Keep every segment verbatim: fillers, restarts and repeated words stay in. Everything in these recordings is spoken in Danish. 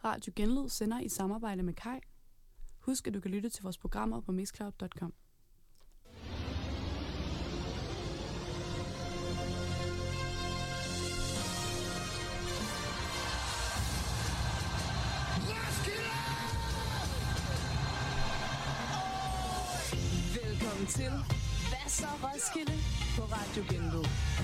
Radio Genlyd sender i samarbejde med Kai. Husk, at du kan lytte til vores programmer på mixcloud punktum com. Velkommen til Hvad så Roskilde på Radio Genlyd.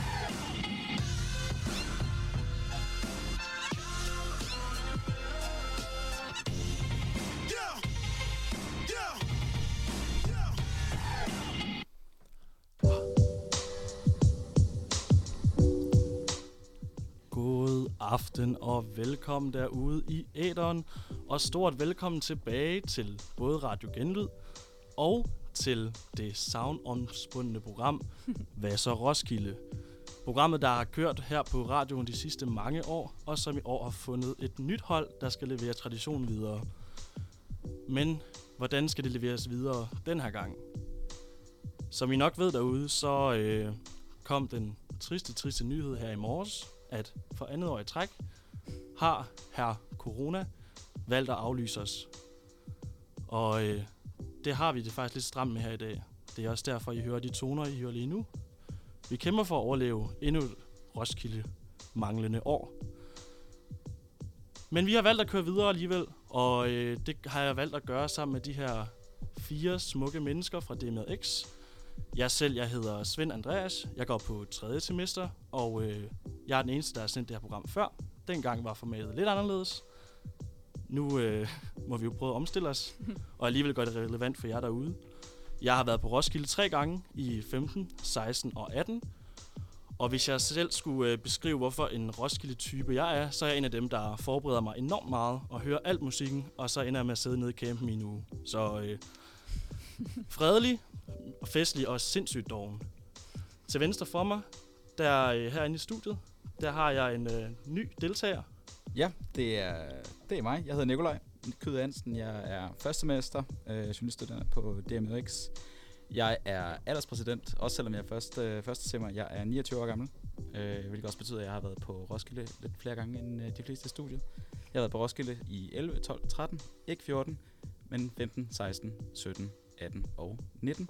God aften og velkommen derude i æteren, og stort velkommen tilbage til både Radio Genlyd og til det savnomspundne program Hvad så Roskilde? Programmet, der har kørt her på radioen de sidste mange år, og som i år har fundet et nyt hold, der skal levere traditionen videre. Men hvordan skal det leveres videre den her gang? Som I nok ved derude, så øh, kom den triste, triste nyhed her i morges, at for andet år i træk har herr Corona valgt at aflyse os. Og øh, det har vi det faktisk lidt stramt med her i dag. Det er også derfor, I hører de toner, I hører lige nu. Vi kæmper for at overleve endnu et Roskilde manglende år. Men vi har valgt at køre videre alligevel, og øh, det har jeg valgt at gøre sammen med de her fire smukke mennesker fra D M X. Jeg selv, jeg hedder Svend Andreas, jeg går på tredje semester, og øh, jeg er den eneste, der har sendt det her program før. Dengang var formatet lidt anderledes. Nu øh, må vi jo prøve at omstille os, og alligevel gøre det relevant for jer derude. Jeg har været på Roskilde tre gange i femten, seksten og atten. Og hvis jeg selv skulle øh, beskrive, hvorfor en Roskilde-type jeg er, så er jeg en af dem, der forbereder mig enormt meget og hører alt musikken, og så ender jeg med at sidde nede i campen i en uge. Så øh, fredelig, festlig og sindssygt doven. Til venstre for mig, der øh, herinde i studiet, der har jeg en øh, ny deltager. Ja, det er, det er mig. Jeg hedder Nikolaj Kyde Hansen. Jeg er førstemester, øh, journaliststuderende på D M X. Jeg er alderspræsident, også selvom jeg er første, første semmer. Jeg er niogtyve år gammel, øh, hvilket også betyder, at jeg har været på Roskilde lidt flere gange end øh, de fleste i studiet. Jeg har været på Roskilde i elleve, tolv, tretten, ikke fjorten, men femten, seksten, sytten, atten og nitten.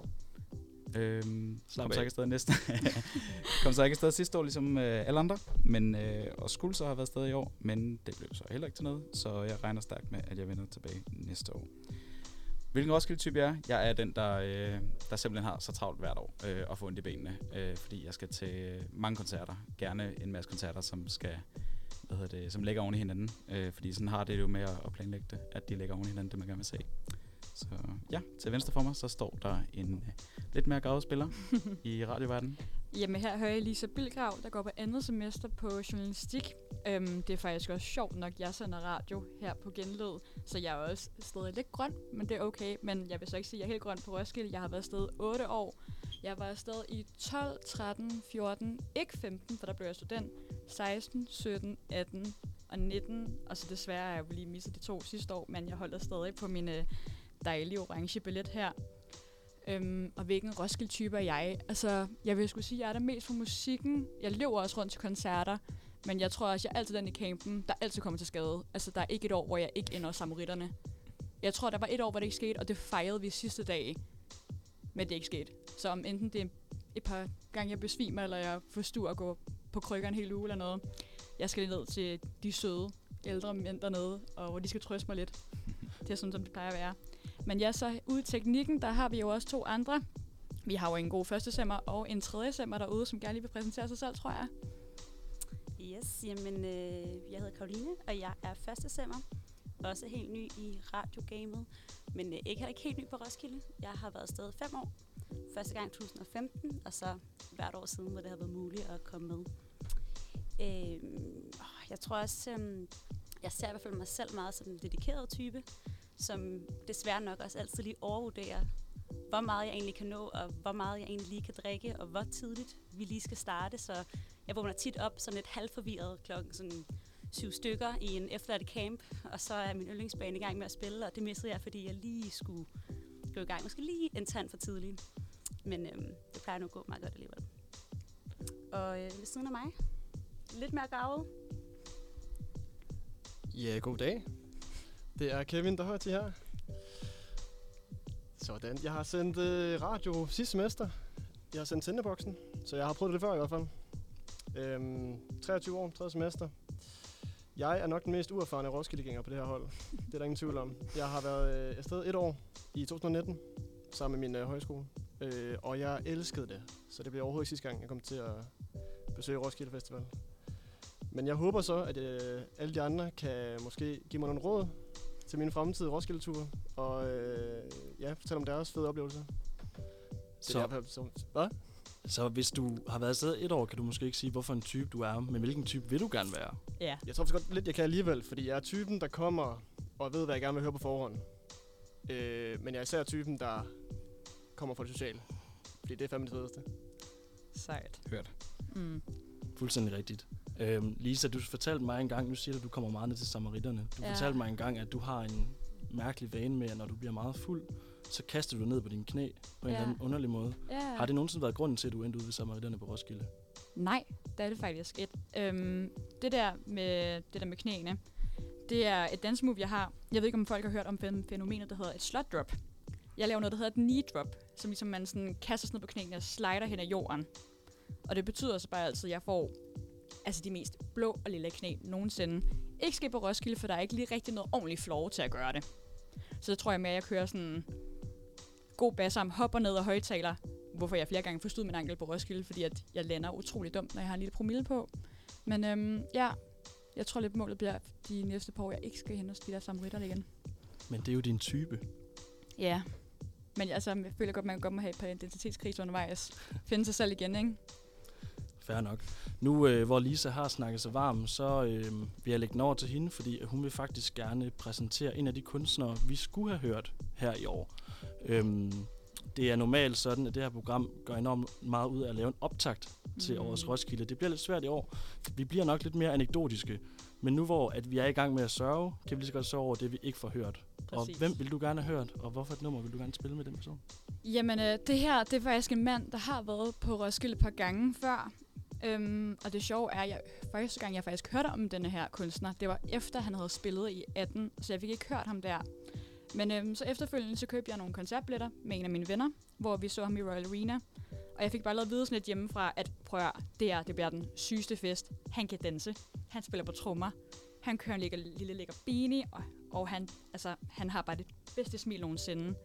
Øhm, kom så ikke afsted næste. kom så ikke afsted sidste år, ligesom øh, alle andre. Men, øh, og skulle så have været afsted i år, men det blev så heller ikke til noget. Så jeg regner stærkt med, at jeg vender tilbage næste år. Hvilken Roskilde-type jeg er? Jeg er den, der, øh, der simpelthen har så travlt hvert år øh, og få ondt i benene. Øh, fordi jeg skal til mange koncerter. Gerne en masse koncerter, som skal... Hvad hedder det, som ligger oven i hinanden. Øh, fordi sådan har det jo med at, at planlægge det, at de ligger oven i hinanden, det man gerne vil se. Så ja, til venstre for mig, så står der en uh, lidt mere gravet spiller i radioverdenen. Jamen her hører jeg Lisa Bilgrav, der går på andet semester på journalistik. Øhm, det er faktisk også sjovt nok, jeg sender radio her på Genlyd, så jeg er også stadig lidt grøn, men det er okay. Men jeg vil så ikke sige, at jeg er helt grøn på Roskilde. Jeg har været afsted otte år. Jeg var afsted i tolv, tretten, fjorten, ikke femten, for der blev jeg student, seksten, sytten, atten og nitten. Og så desværre har jeg jo lige misset de to sidste år, men jeg holder stadig på mine dejlige orange billet her. Øhm, og hvilken Roskilde-type er jeg? Altså, jeg vil skulle sige, at jeg er der mest for musikken. Jeg løber også rundt til koncerter, men jeg tror også, jeg er altid den i campen, der altid kommer til skade. Altså, der er ikke et år, hvor jeg ikke ender samaritterne. Jeg tror, der var et år, hvor det ikke skete, og det fejrede vi sidste dag, men det ikke skete. Så om enten det er et par gange, jeg besvimer, eller jeg forstuer at gå på krykker en hel uge eller noget. Jeg skal ned til de søde ældre mænd dernede, og hvor de skal trøste mig lidt. Det er sådan, som det plejer at være. Men ja, så ude i teknikken, der har vi jo også to andre. Vi har jo en god første semmer og en tredje semmer derude, som gerne lige vil præsentere sig selv, tror jeg. Yes, jamen øh, jeg hedder Karoline, og jeg er første semmer. Også helt ny i radiogamet, men øh, ikke, ikke helt ny på Roskilde. Jeg har været afsted fem år. Første gang to tusind og femten, og så hvert år siden, hvor det har været muligt at komme med. Øh, jeg tror også, øh, jeg ser i hvert fald mig selv meget som en dedikeret type, som desværre nok også altid lige overvurderer, hvor meget jeg egentlig kan nå, og hvor meget jeg egentlig lige kan drikke, og hvor tidligt vi lige skal starte. Så jeg vågner tit op sådan lidt halvforvirret klokken sådan syv stykker i en efterladt camp, og så er min yndlingsbane i gang med at spille, og det missede jeg, fordi jeg lige skulle gå i gang. Måske lige en tand for tidligt, men øhm, det plejer nu at gå meget godt alligevel. Og øh, ved siden af mig, lidt mere gavet. Ja, god dag. Det er Kevin, der hører til her. Sådan. Jeg har sendt øh, radio sidste semester. Jeg har sendt sendeboksen, så jeg har prøvet det før i hvert fald. Øhm, treogtyve år, tredje semester. Jeg er nok den mest uerfarne Roskilde-gænger på det her hold. Det er der ingen tvivl om. Jeg har været øh, afsted et år i to tusind nitten sammen med min øh, højskole. Øh, og jeg elskede det, så det bliver overhovedet ikke sidste gang, jeg kom til at besøge Roskilde Festival. Men jeg håber så, at øh, alle de andre kan måske give mig nogle råd til min fremtidige Roskilde-tur, og øh, ja, fortælle om deres fede oplevelser. Så, det er, så, hvad? Så hvis du har været afsted et år, kan du måske ikke sige, hvorfor en type du er, men hvilken type vil du gerne være? Ja. Jeg tror faktisk godt lidt, jeg kan alligevel, fordi jeg er typen, der kommer og ved, hvad jeg gerne vil høre på forhånd. Øh, men jeg er især typen, der kommer fra det sociale, fordi det er fandme det fedeste. Sejt. Hørt. Mm. Fuldstændig rigtigt. Øhm, Lisa, du fortalte mig engang, nu siger du, at du kommer meget ned til samaritterne. Du Ja. fortalte mig engang, at du har en mærkelig vane med, at når du bliver meget fuld, så kaster du ned på dine knæ på en Ja. eller anden underlig måde. Ja. Har det nogensinde været grunden til, at du endte ude ved samaritterne på Roskilde? Nej, det er det faktisk et. Øhm, det der med det der med knæene, det er et dansmove, jeg har. Jeg ved ikke, om folk har hørt om fænomenet, der hedder et slot drop. Jeg laver noget, der hedder et knee drop, som ligesom man sådan kaster sig ned på knæene og slider hen ad jorden. Og det betyder så bare altid, at jeg får altså de mest blå og lille knæ nogensinde. Ikke skal på Roskilde, for der er ikke lige rigtig noget ordentligt floor til at gøre det. Så det tror jeg med, at jeg kører sådan god bassarm, hopper ned og højtaler, hvorfor jeg flere gange forstod min ankel på Roskilde, fordi at jeg lander utrolig dumt, når jeg har en lille promille på. Men øhm, ja, jeg tror lidt målet bliver de næste par år, jeg ikke skal hen og spille samaritter igen. Men det er jo din type. Ja, men altså, jeg føler godt, man godt må have et par identitetskriser undervejs. Finde sig selv igen, ikke? Fair nok. Nu øh, hvor Lisa har snakket sig varm, så øh, vil jeg lægge den over til hende, fordi hun vil faktisk gerne præsentere en af de kunstnere, vi skulle have hørt her i år. Øhm, det er normalt sådan, at det her program går enormt meget ud af at lave en optakt til Mm. årets Roskilde. Det bliver lidt svært i år. Vi bliver nok lidt mere anekdotiske. Men nu hvor at vi er i gang med at sørge, kan vi lige så godt sørge over det, vi ikke får hørt. Præcis. Og hvem vil du gerne have hørt, og hvorfor et nummer vil du gerne spille med den person? Jamen, øh, det her, det er faktisk en mand, der har været på Roskilde et par gange før. Øhm, og det sjove er, at jeg, første gang, jeg faktisk hørte om denne her kunstner, det var efter, han havde spillet i atten, så jeg fik ikke hørt ham der. Men øhm, så efterfølgende, så købte jeg nogle koncertbilletter med en af mine venner, hvor vi så ham i Royal Arena. Og jeg fik bare lavet vide sådan lidt hjemmefra, at prøv at høre, det er, det bliver den sygeste fest. Han kan danse, han spiller på trommer, han kører en lille, lille lækker beanie, og, og han, altså, han har bare det bedste smil nogensinde.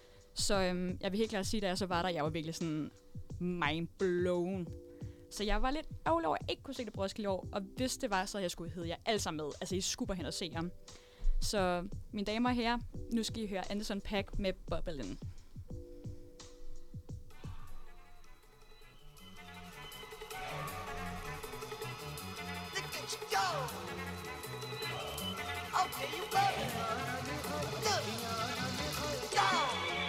Så øhm, jeg vil helt klart sige, da jeg så var der, jeg var virkelig sådan mind blown. Så jeg var lidt ærgerlig over, at jeg ikke kunne se det på Roskilde i år, og hvis det var, så jeg skulle hedde jer alle sammen med. Altså, I skulle bare hen og se ham. Så mine damer og herrer, nu skal I høre Anderson .Paak med Bubblen. Okay, you bugging. Look. Down.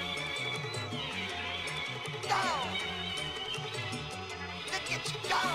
Down. Look at you go.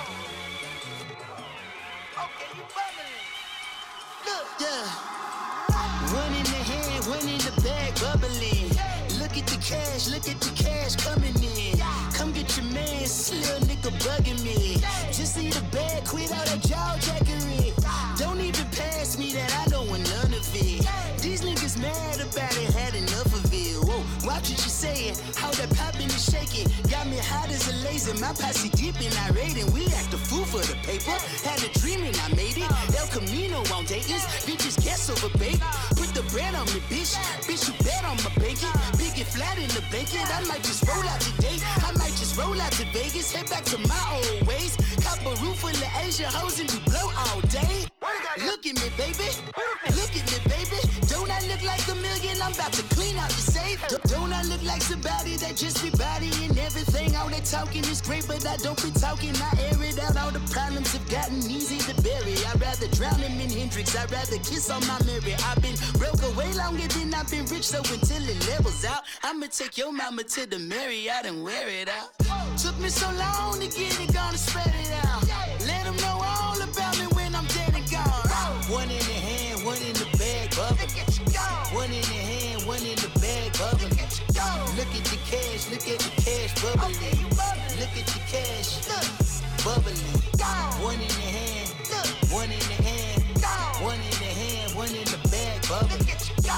Okay, you bugging. Look. Yeah. One in the hand, one in the bag, bubbling. Look at the cash, look at the cash coming in. Come get your man, little nigga bugging me. Just see the bag, quit all that jaw jackery. Don't even pass me that, I don't want none of it. These niggas mad about it, had enough of it. Whoa, watch what you saying, how that poppin' and shaking. Got me hot as a laser, my posse deep and irate. And we act a fool for the paper. Had a dream and I made it. El Camino on Dayton's, bitches guess over bait. Put the brand on me, bitch. Bitch, you bet on my bacon. Big and flat in the bacon. I might just roll out today. I might just roll out to Vegas. Head back to my old ways. Cop a roof full of Asia hoes and do blow all day. Look at me, baby. Look at me, baby. Don't I look like a million? I'm about to clean out the safe. Don't I look like somebody that just be bodying everything? All that talking is great, but I don't be talking. I air it out. All the problems have gotten easy to bury. I'd rather drown him in Hendrix. I'd rather kiss on my Mary. I've been broke away longer than I've been rich, so until it levels out, I'ma take your mama to the Marriott and wear it out. Took me so long to get it, gonna spread it out. Let them know all about me when I'm dead and gone. One in the hand, one in the bag, bubble. One in the hand, one in the bag, bubble. Look at the cash, look at the cash bubbling. Look at the cash, bubbling. One in the hand, one in the hand, one in the hand, one in the bag, bubble.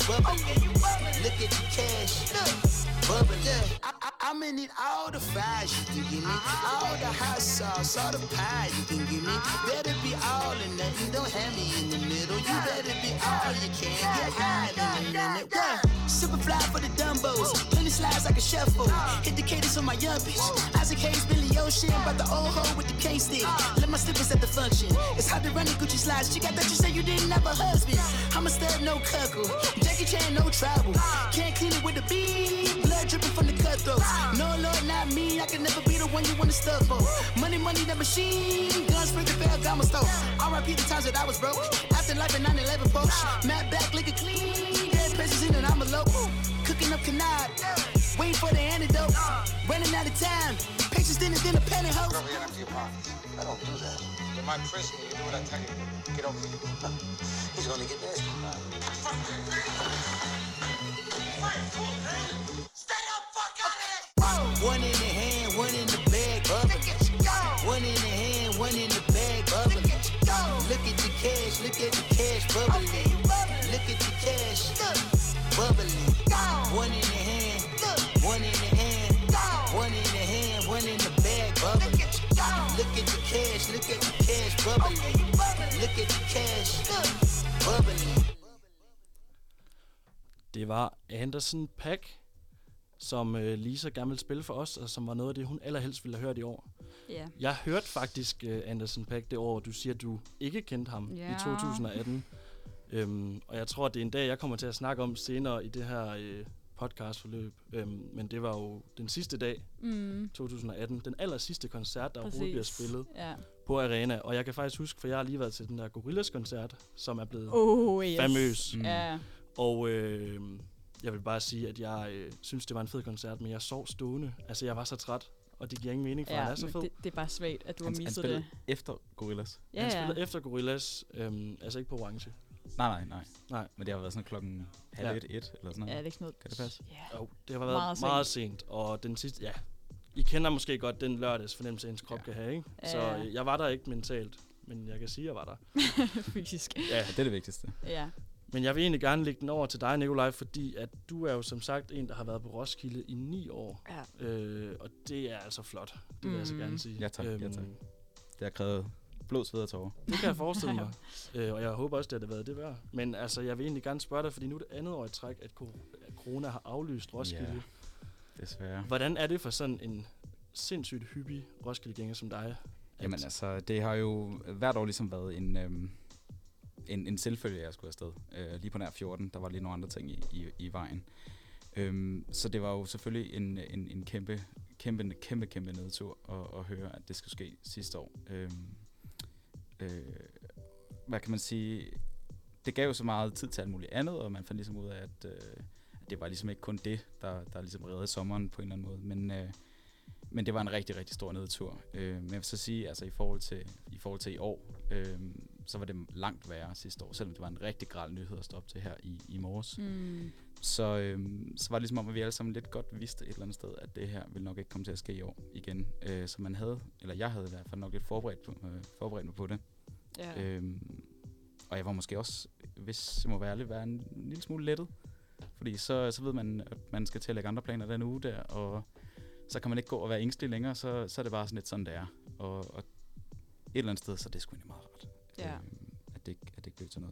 bubbling. Look at the cash, bubbling. I, I, I'ma need all the fries you can give me, all the hot sauce, all the pie you can give me. Better be all or nothing, don't have me in the middle. You better be all you can, get high in a minute. Yeah. Super fly for the Dumbos, plenty slides like a shuffle. Hit the cadence on my young bitch. Isaac Hayes, Billy Ocean, but the old hoe with the cane stick. Let my slippers at the function. It's hard to run the Gucci slides. She got that you say you didn't have a husband. I'm a stud, no cuckoo. Jackie Chan, no travel. Can't clean it with a bead. Blood dripping from the cutthroats. No, Lord, not me. I can never be the one you wanna stuff for. Money, money, the machine. Guns, spring, the Ferragamo stove. R I P the times that I was broke. After life in nine eleven folks. Matt back, liquor clean. Dead peasants in and I'm a local. Cooking up canard. Waiting for the antidote. Running out of time. Patience thinner than a pantyhose. Girl, we empty your pockets. I don't do that. In my prison, you do what I tell you. Get over here. He's gonna get nasty. Stay up, fuck out of here! One in the hand, one in the bag, bubbling. One in the hand, one in the bag, bubbling. Look at the cash, look at the cash, bubbling. Look at the cash, bubbling. One in the hand, one in the hand, one in the hand, one in the bag, bubbling. Look at the cash, look at the cash, bubbling. Look at the cash, bubbling. Det var Anderson .Paak, som øh, Lisa gerne ville spille for os, og som var noget af det, hun allerhelst ville have hørt i år. Ja. Jeg hørte faktisk øh, Anderson .Paak det år, du siger, at du ikke kendte ham Ja. i to tusind atten. øhm, og jeg tror, det er en dag, jeg kommer til at snakke om senere i det her øh, podcastforløb. Øhm, men det var jo den sidste dag, Mm. to tusind atten. Den aller sidste koncert, der Præcis. overhovedet bliver spillet Ja. på Arena. Og jeg kan faktisk huske, for jeg har lige været til den der Gorillaz-koncert, som er blevet Oh, yes. famøs. Mm. Ja. Og øh, jeg vil bare sige, at jeg øh, synes, det var en fed koncert, men jeg sov stående. Altså, jeg var så træt, og det giver ingen mening, for Ja, han er så men fed. det, det er bare svagt, at du har Han, han misset spillede det. efter Gorillaz. Ja, Han ja. spillede efter Gorillaz, øhm, altså ikke på orange. Nej, nej, nej. Nej. Men det har været sådan klokken halv Ja. et, et eller sådan noget. Ja, det er ikke sådan noget. Kan det passe? Ja. Jo, det har været Meget meget, sent. meget sent, og den sidste, ja, I kender måske godt den lørdags fornemmelse, ens krop Ja. kan have, ikke? Ja. Så øh, jeg var der ikke mentalt, men jeg kan sige, at jeg var der. Fysisk. Ja, Ja, det er det vigtigste. Ja. men jeg vil egentlig gerne lægge den over til dig, Nikolaj, fordi at du er jo som sagt en, der har været på Roskilde i ni år. Ja. Øh, og det er altså flot, det vil jeg så Mm. gerne sige. Ja, tak. Ja, tak. Det har krævet blod, sved og tårer. Det kan jeg forestille mig, øh, og jeg håber også, det har været det værd. Men altså, jeg vil egentlig gerne spørge dig, fordi nu er det andet år i træk, at ko- at corona har aflyst Roskilde. Ja, desværre. Hvordan er det for sådan en sindssygt hyppig Roskilde-gænger som dig? at- Jamen altså, det har jo hvert år ligesom været en, øhm, en, en selvfølge, jeg skulle afsted. Øh, lige på nær fjorten, der var lige nogle andre ting i, i, i vejen. Øhm, så det var jo selvfølgelig en, en, en kæmpe, kæmpe, kæmpe, kæmpe nedtur at, at høre, at det skulle ske sidste år. Øhm, øh, hvad kan man sige? Det gav jo så meget tid til alt muligt andet, og man fandt ligesom ud af, at, øh, at det var ligesom ikke kun det, der, der ligesom reddede sommeren på en eller anden måde. Men, øh, men det var en rigtig, rigtig stor nedtur. Øh, men jeg vil så sige, altså i forhold til i, forhold til i år, øh, så var det langt værre sidste år, selvom det var en rigtig gral nyhed at stå op til her i, i morges. Mm. Så, øhm, så var det ligesom om, at vi alle sammen lidt godt vidste et eller andet sted, at det her ville nok ikke komme til at ske i år igen. Øh, så man havde, eller jeg havde i hvert fald nok lidt forberedt, på, øh, forberedt mig på det. Ja. Øhm, og jeg var måske også, hvis jeg må være ærlig, være en, en lille smule lettet. Fordi så, så ved man, at man skal til at lægge andre planer den uge der, og så kan man ikke gå og være ængstelig længere, så, så er det bare sådan lidt sådan, det er. Og, og et eller andet sted, så er det sgu egentlig meget rart, Ja. øhm, at, det, ikke- at det ikke blev til noget.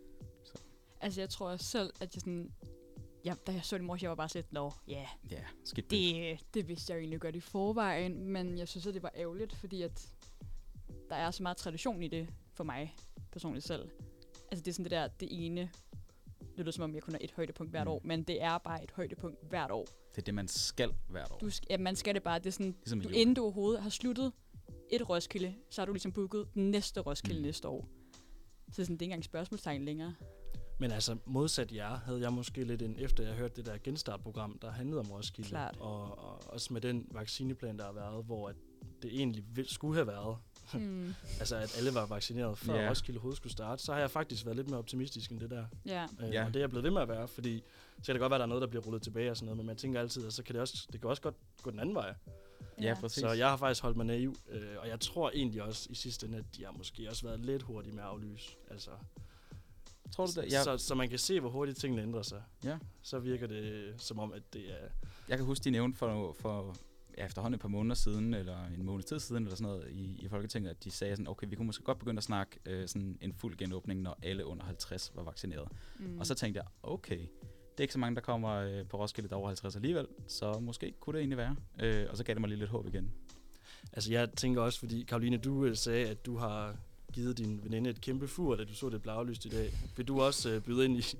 Altså, jeg tror også selv, at jeg sådan... Ja, da jeg så det i morges, jeg var bare sådan lidt, nå, ja, Ja, skidt. det, det vidste jeg jo egentlig godt i forvejen, men jeg synes, at det var ærgerligt, fordi at der er så meget tradition i det for mig personligt selv. Altså, det er sådan det der, det ene... Det lyder som om, jeg kun har et højdepunkt hvert Mm. år, men det er bare et højdepunkt hvert år. Det er det, man skal hvert år. Du sk- ja, man skal det bare, det er sådan, Ligesom i du, jul. inden du overhovedet har sluttet et Roskilde, så har du ligesom booket den næste Roskilde Mm. mm. næste år. Så det er sådan, det er ikke engang spørgsmålstegn længere. Men altså, modsat jer, havde jeg måske lidt en, efter jeg hørte det der genstartprogram, der handlede om Roskilde. Klart. Og, og også med den vaccineplan, der har været, hvor at det egentlig vil, skulle have været, Mm. altså at alle var vaccineret, før Ja. Roskilde overhovedet skulle starte, så har jeg faktisk været lidt mere optimistisk end det der. Ja. Øh, Ja. Og det er jeg blevet ved med at være, fordi så kan det godt være, at der er noget, der bliver rullet tilbage og sådan noget, men man tænker altid, at så kan det også, det kan også godt gå den anden vej. Ja, præcis. Så jeg har faktisk holdt mig naiv, øh, og jeg tror egentlig også i sidste ende, at de har måske også været lidt hurtige med at aflyse. Altså, Tror du det? Jeg, Så, så man kan se, hvor hurtigt tingene ændrer sig. Ja. Så virker det som om, at det er... jeg kan huske, de nævnte for, for ja, efterhånden et par måneder siden, eller en måned tid siden, eller sådan noget, i, i Folketinget, at de sagde sådan, okay, vi kunne måske godt begynde at snakke øh, sådan en fuld genåbning, når alle under halvtreds var vaccineret. Mm. Og så tænkte jeg, okay, det er ikke så mange, der kommer øh, på Roskilde, der over halvtreds alligevel, så måske kunne det egentlig være. Øh, og så gav det mig lige lidt håb igen. Altså jeg tænker også, fordi Karoline, du øh, sagde, at du har givet din veninde et kæmpe fur, da du så det blev aflyst i dag. Vil du også øh, byde ind i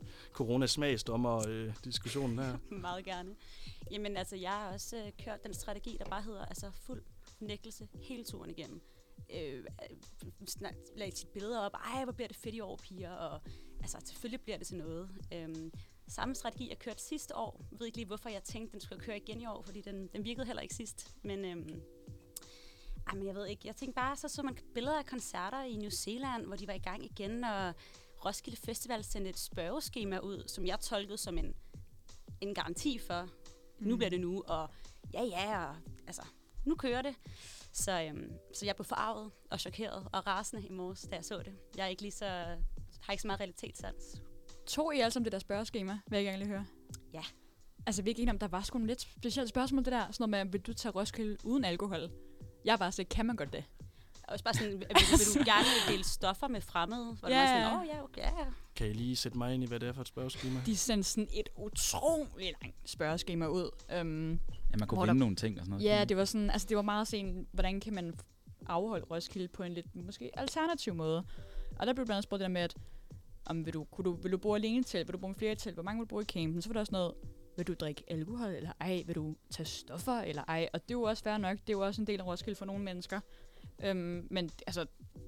corona-smagsdommer-diskussionen her? Meget gerne. Jamen altså, jeg har også øh, kørt den strategi, der bare hedder altså, fuld nægtelse hele turen igennem. Øh, snak, lag sit billeder op. Ej, hvor bliver det fedt i år, piger. Og altså, selvfølgelig bliver det til noget. Øhm, samme strategi, jeg kørte sidste år. Jeg ved ikke lige, hvorfor jeg tænkte, den skulle køre igen i år, fordi den, den virkede heller ikke sidst. Men, øhm, ej, men jeg ved ikke. Jeg tænkte bare, så så man billeder af koncerter i New Zealand, hvor de var i gang igen, og Roskilde Festival sendte et spørgeskema ud, som jeg tolkede som en, en garanti for, mm. nu bliver det nu, og ja, ja, og altså, nu kører det. Så, øhm, så jeg blev forarvet og chokeret og rasende i morges, da jeg så det. Jeg er ikke lige så, har ikke så meget realitetssans. Tog I altså om det der spørgeskema, vil jeg gerne lige høre? Ja. Altså, vi er ikke enige om, der var sgu nogle lidt specielle spørgsmål, det der. Sådan noget med, vil du tage Roskilde uden alkohol? Jeg er bare så, kan man godt det? Og også bare sådan, vil, vil du gerne dele stoffer med fremmede? Hvor ja, man sådan, åh oh, ja, okay, ja. Kan I lige sætte mig ind i, hvad det er for et spørgeskema? De sendte sådan et utroligt langt spørgeskema ud. Um, ja, man kunne vinde der, nogle ting og sådan noget. Ja, det var sådan, altså det var meget sådan, hvordan kan man afholde Roskilde på en lidt måske alternativ måde. Og der blev blandt andet spurgt det der med, at om vil du, kunne du, vil du bo alene til, vil du bo med flere til, hvor mange vil du bo i campen? Så var der også noget, vil du drikke alkohol, eller ej, vil du tage stoffer, eller ej? Og det er jo også fair nok, det er jo også en del af Roskilde for nogle mennesker. Øhm, men altså,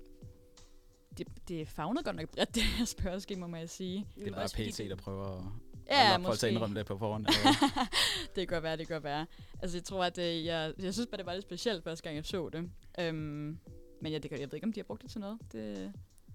det, det favner godt nok bredt, det her spørgeskema, må jeg sige. Det er bare P T, der prøver at ja, holde folk til at indrømme det på forhånd. Det kan godt være, det kan godt være. Altså, jeg tror, at det, jeg, jeg synes bare, det var lidt specielt første gang, jeg så det. Øhm, men jeg, det, jeg ved ikke, om de har brugt det til noget. Det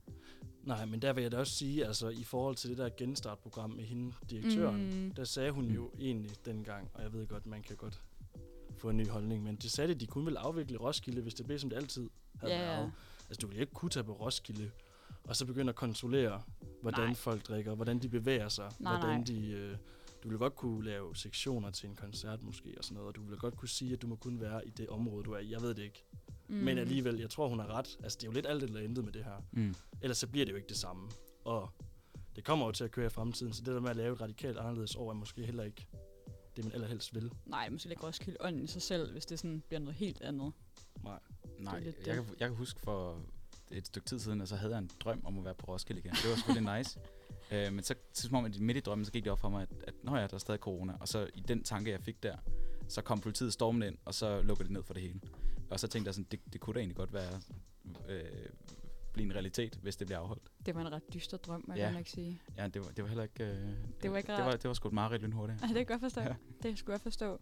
Nej, men der vil jeg da også sige, altså i forhold til det der genstartprogram med hende, direktøren, mm. der sagde hun jo egentlig dengang, og jeg ved godt, man kan godt få en ny holdning, men de sagde, at de kun ville afvikle Roskilde, hvis det blev som det altid havde yeah. været. Altså du ville ikke kunne tage på Roskilde, og så begynde at kontrollere, hvordan nej. folk drikker, hvordan de bevæger sig, nej, hvordan nej. de... Øh, du ville godt kunne lave sektioner til en koncert måske, og sådan noget, og du ville godt kunne sige, at du må kun være i det område, du er i. Jeg ved det ikke. Mm. Men alligevel, jeg tror, hun har ret. Altså, det er jo lidt alt eller intet med det her. Mm. Ellers så bliver det jo ikke det samme. Og det kommer jo til at køre i fremtiden, så det der med at lave et radikalt anderledes år, er måske heller ikke det, man allerhelst vil. Nej, måske ikke også kilde ånden i sig selv, hvis det sådan bliver noget helt andet. Nej. Nej, jeg kan, jeg kan huske for et stykke tid siden, at så havde jeg en drøm om at være på Roskilde igen. Det var selvfølgelig nice. Uh, men så, så som om, at midt i drømmen, så gik det op for mig, at, at nå ja, der er stadig corona. Og så i den tanke, jeg fik der, så kom politiet stormende ind, og så lukkede det ned for det hele. Og så tænkte jeg sådan, det, det kunne da egentlig godt være øh, blive en realitet, hvis det bliver afholdt. Det var en ret dyster drøm, må ja. jeg ikke sige. Ja, det var, det var heller ikke... Øh, det var ikke det, det, var, det var sgu et meget lynhurtigt. Ja, det kan jeg godt forstå. Ja. Det skulle jeg forstå.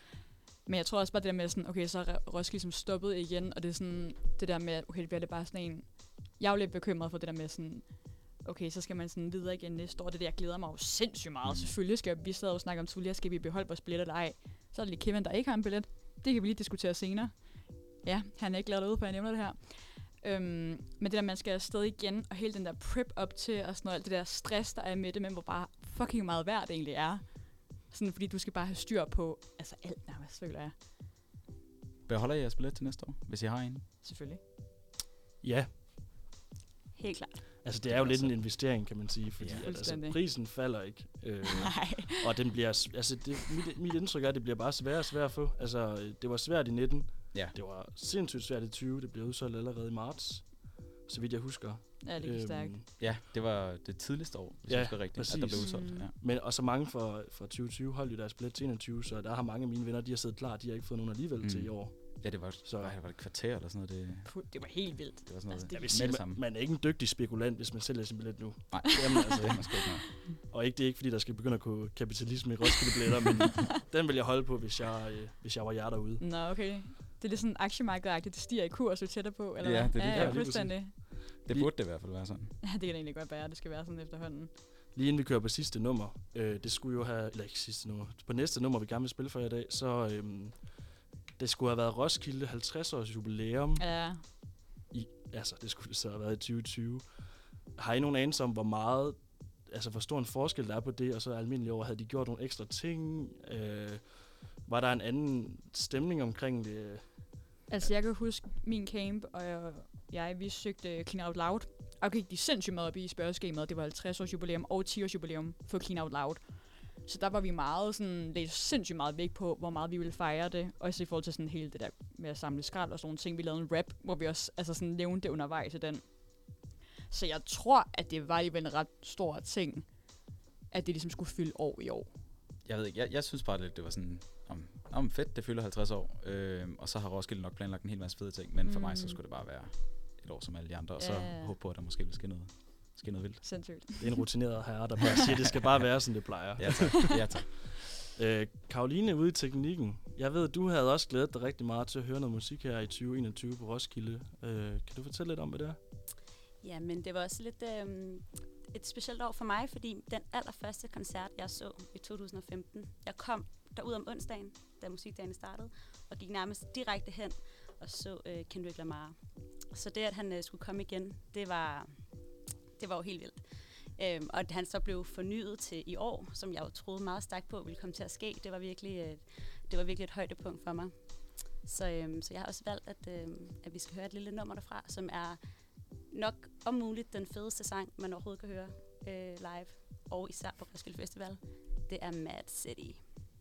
Men jeg tror også bare det der med sådan, okay, så er Roskilde som stoppet igen, og det er sådan, det der med, okay, det bliver det bare sådan en... Jeg er jo lidt bekymret for det der med sådan, okay, så skal man sådan videre igen næste år. Det der, jeg glæder mig jo sindssygt meget. Mm. Selvfølgelig skal vi stadig snakke om tidligere, skal vi beholde vores billet eller ej. Så er det lige Kevin, der ikke har en billet. Det kan vi lige diskutere senere. Ja, han er ikke lavet derude, for jeg nævner det her. Øhm, men det der, man skal afsted igen, og hele den der prep op til, og sådan noget, alt det der stress, der er med det, men hvor bare fucking meget værd det egentlig er. Sådan, fordi du skal bare have styr på, altså alt nærmest, føler jeg. Beholder I jeres billet til næste år, hvis I har en? Selvfølgelig. Ja. Helt klart. Altså, det er jo lidt en investering, kan man sige, fordi ja, at, altså, prisen falder ikke. Øh, og den bliver, altså, det, mit, mit indtryk er, at det bliver bare sværere og sværere at få. Altså, det var svært i nitten. Ja. Det var sindssygt svært i tyve. Det blev udsolgt allerede i marts, så vidt jeg husker. Ja, det gik øhm, stærkt. Ja, det var det tidligste år, hvis ja, jeg husker rigtigt, præcis. At der blev udsolgt. Mm. Ja. Men, og så mange fra, fra tyve tyve holdt jo deres billet til enogtyve, så der har mange af mine venner, de har siddet klar, de har ikke fået nogen alligevel mm. til i år. Ja, det var, så, var, det var et kvarter eller sådan noget. Det, det var helt vildt. Det var sådan noget. Altså, det vil sige, man, man er ikke en dygtig spekulant, hvis man sælger sin billet nu. Nej, Jamen, altså, det er man sgu ikke noget. Og ikke, det er ikke, fordi der skal begynde at gå kapitalisme i Roskilde-billetter, men den vil jeg holde på, hvis jeg, øh, hvis jeg var jer derude. Nå, okay. Det er lidt sådan aktiemarkedet-agtigt, det stiger i kurs, du tætter på, eller ja, hvad? Det er ja, det, ja, fuldstændig. Det burde det i hvert fald være sådan. Ja, det kan det egentlig godt være, det skal være sådan efterhånden. Lige inden vi kører på sidste nummer, øh, det skulle jo have, eller ikke sidste nummer, på næste nummer, vi gerne vil spille for i dag, så øh, det skulle have været Roskilde halvtreds års jubilæum. Ja. I, altså, det skulle så have været i tyve tyve. Har I nogen anelse om, hvor meget altså, hvor stor en forskel der er på det, og så almindelige år? Havde de gjort nogle ekstra ting? Øh, var der en anden stemning omkring det? Altså, jeg kan huske min camp, og jeg, jeg vi søgte Clean Out Loud. Og gik de sindssygt meget op i spørgeskemaet. Det var halvtreds års jubilæum og ti års jubilæum for Clean Out Loud. Så der var vi meget sådan, lagde sindssygt meget vægt på, hvor meget vi ville fejre det. Også i forhold til sådan hele det der med at samle skrald og sådan nogle ting. Vi lavede en rap, hvor vi også altså sådan nævnte det undervejs i den. Så jeg tror, at det var alligevel en ret stor ting, at det ligesom skulle fylde år i år. Jeg ved ikke, jeg, jeg synes bare lidt, det var sådan, om, om fedt, det fylder halvtreds år. Øh, og så har Roskilde nok planlagt en hel masse fede ting. Men mm. for mig, så skulle det bare være et år som alle de andre. Og så yeah. håbe på, at der måske vil ske noget. Ske noget vildt. Sindssygt. Det er en rutineret herre, der bare siger, at det skal bare være, som det plejer. Ja, tak. Ja, tak. øh, Karoline ude i teknikken. Jeg ved, du havde også glædet dig rigtig meget til at høre noget musik her i tyve enogtyve på Roskilde. Øh, kan du fortælle lidt om, hvad det er? Ja, men det var også lidt øh, et specielt år for mig, fordi den allerførste koncert, jeg så i to tusind og femten, jeg kom derud om onsdagen, da musikdagen startede, og gik nærmest direkte hen og så øh, Kendrick Lamar. Så det, at han øh, skulle komme igen, det var... Det var jo helt vildt. Øhm, og at han så blev fornyet til i år, som jeg jo troede meget stærkt på ville komme til at ske, det var virkelig, øh, det var virkelig et højdepunkt for mig. Så, øhm, så jeg har også valgt, at, øh, at vi skal høre et lille nummer derfra, som er nok om muligt den fedeste sang, man overhovedet kan høre øh, live, og især på Roskilde Festival. Det er Mad City.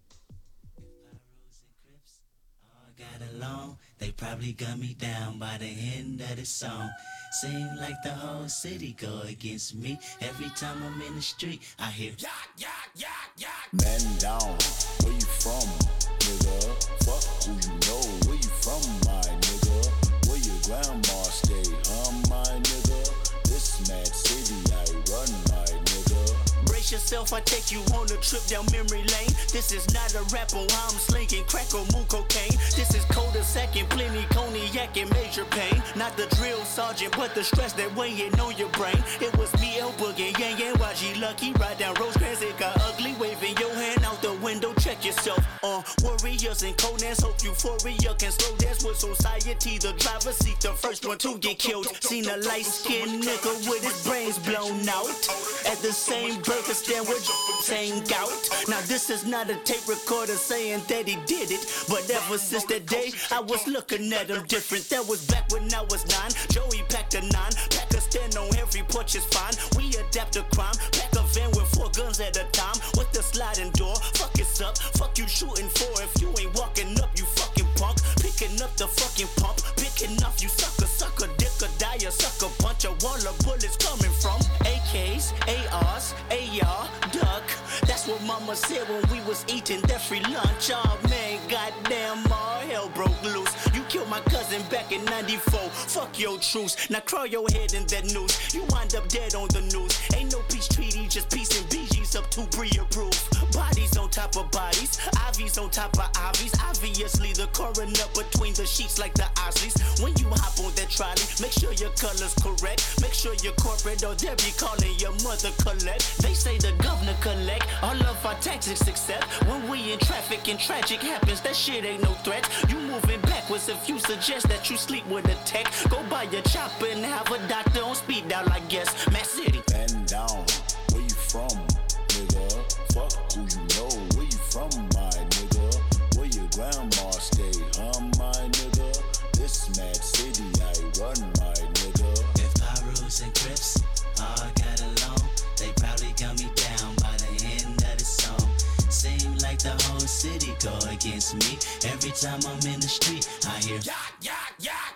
Got along, they probably gun me down by the end of the song. Seem like the whole city go against me. Every time I'm in the street, I hear yak, yak, yak, yak. Man down, where you from, nigga? Fuck who you know, where you from, my nigga? Where your grandma stay, huh, my nigga? This Mad City I run, my nigga. Brace yourself, I take you on a trip down memory lane. This is not a rap on how I'm slinging crack or moon cocaine. This is colder second, plenty cognac and major pain. Not the drill sergeant, but the stress that weighing on your brain. It was me, El Boogie, Yang Yang, Y G Lucky. Ride down Rosecrans, it got ugly. Waving your hand out the window, check yourself. Uh, warriors and Conans, hope euphoria can slow dance with society. The driver's seat, the first one to get killed. Seen a light-skinned nigga with his brains blown out. At the same burger stand with saying gout. Now this is not a tape recorder saying that he did it, but ever since that day I was looking at him different. That was back when I was nine. Joey packed a nine, pack a stand on every porch is fine. We adapt to crime, pack a van with four guns at a time. With the sliding door, fuck it's up, fuck you shooting for. If you ain't walking up, you fucking punk. Picking up the fucking pump, picking off you sucker, sucker, dick or die, a sucker punch. A wall of bullets coming from A Ks, A Rs, A R, duck. That's what mama said when we was eating that free lunch. Oh man, goddamn, all hell broke loose. You killed my cousin back in ninety-four. Fuck your truce. Now crawl your head in that noose. You wind up dead on the news. Ain't no peace treaty, just peace and B G's up to pre-approved. Bodies on top of bodies, I Vs on top of I Vs. Obviously the coroner between the sheets like the Osleys. When you hop on that trolley, make sure your color's correct. Make sure you're corporate or they'll be calling your mother collect. They say the governor collect all of our taxes except when we in traffic and tragic happens. That shit ain't no threat. You moving backwards if you suggest that you sleep with a tech. Go buy your chopper and have a doctor on speed dial, I guess. Mad City. Man down, where you from, nigga? Fuck who you know, where you from, my nigga? Where your grandma stay, huh, my nigga? This Mad City I run, my nigga. If Pyrus and Crips all got along, they probably gun me down by the end of the song. Seem like the whole city go against me. Every time I'm in the street, I hear yak, yak, yak.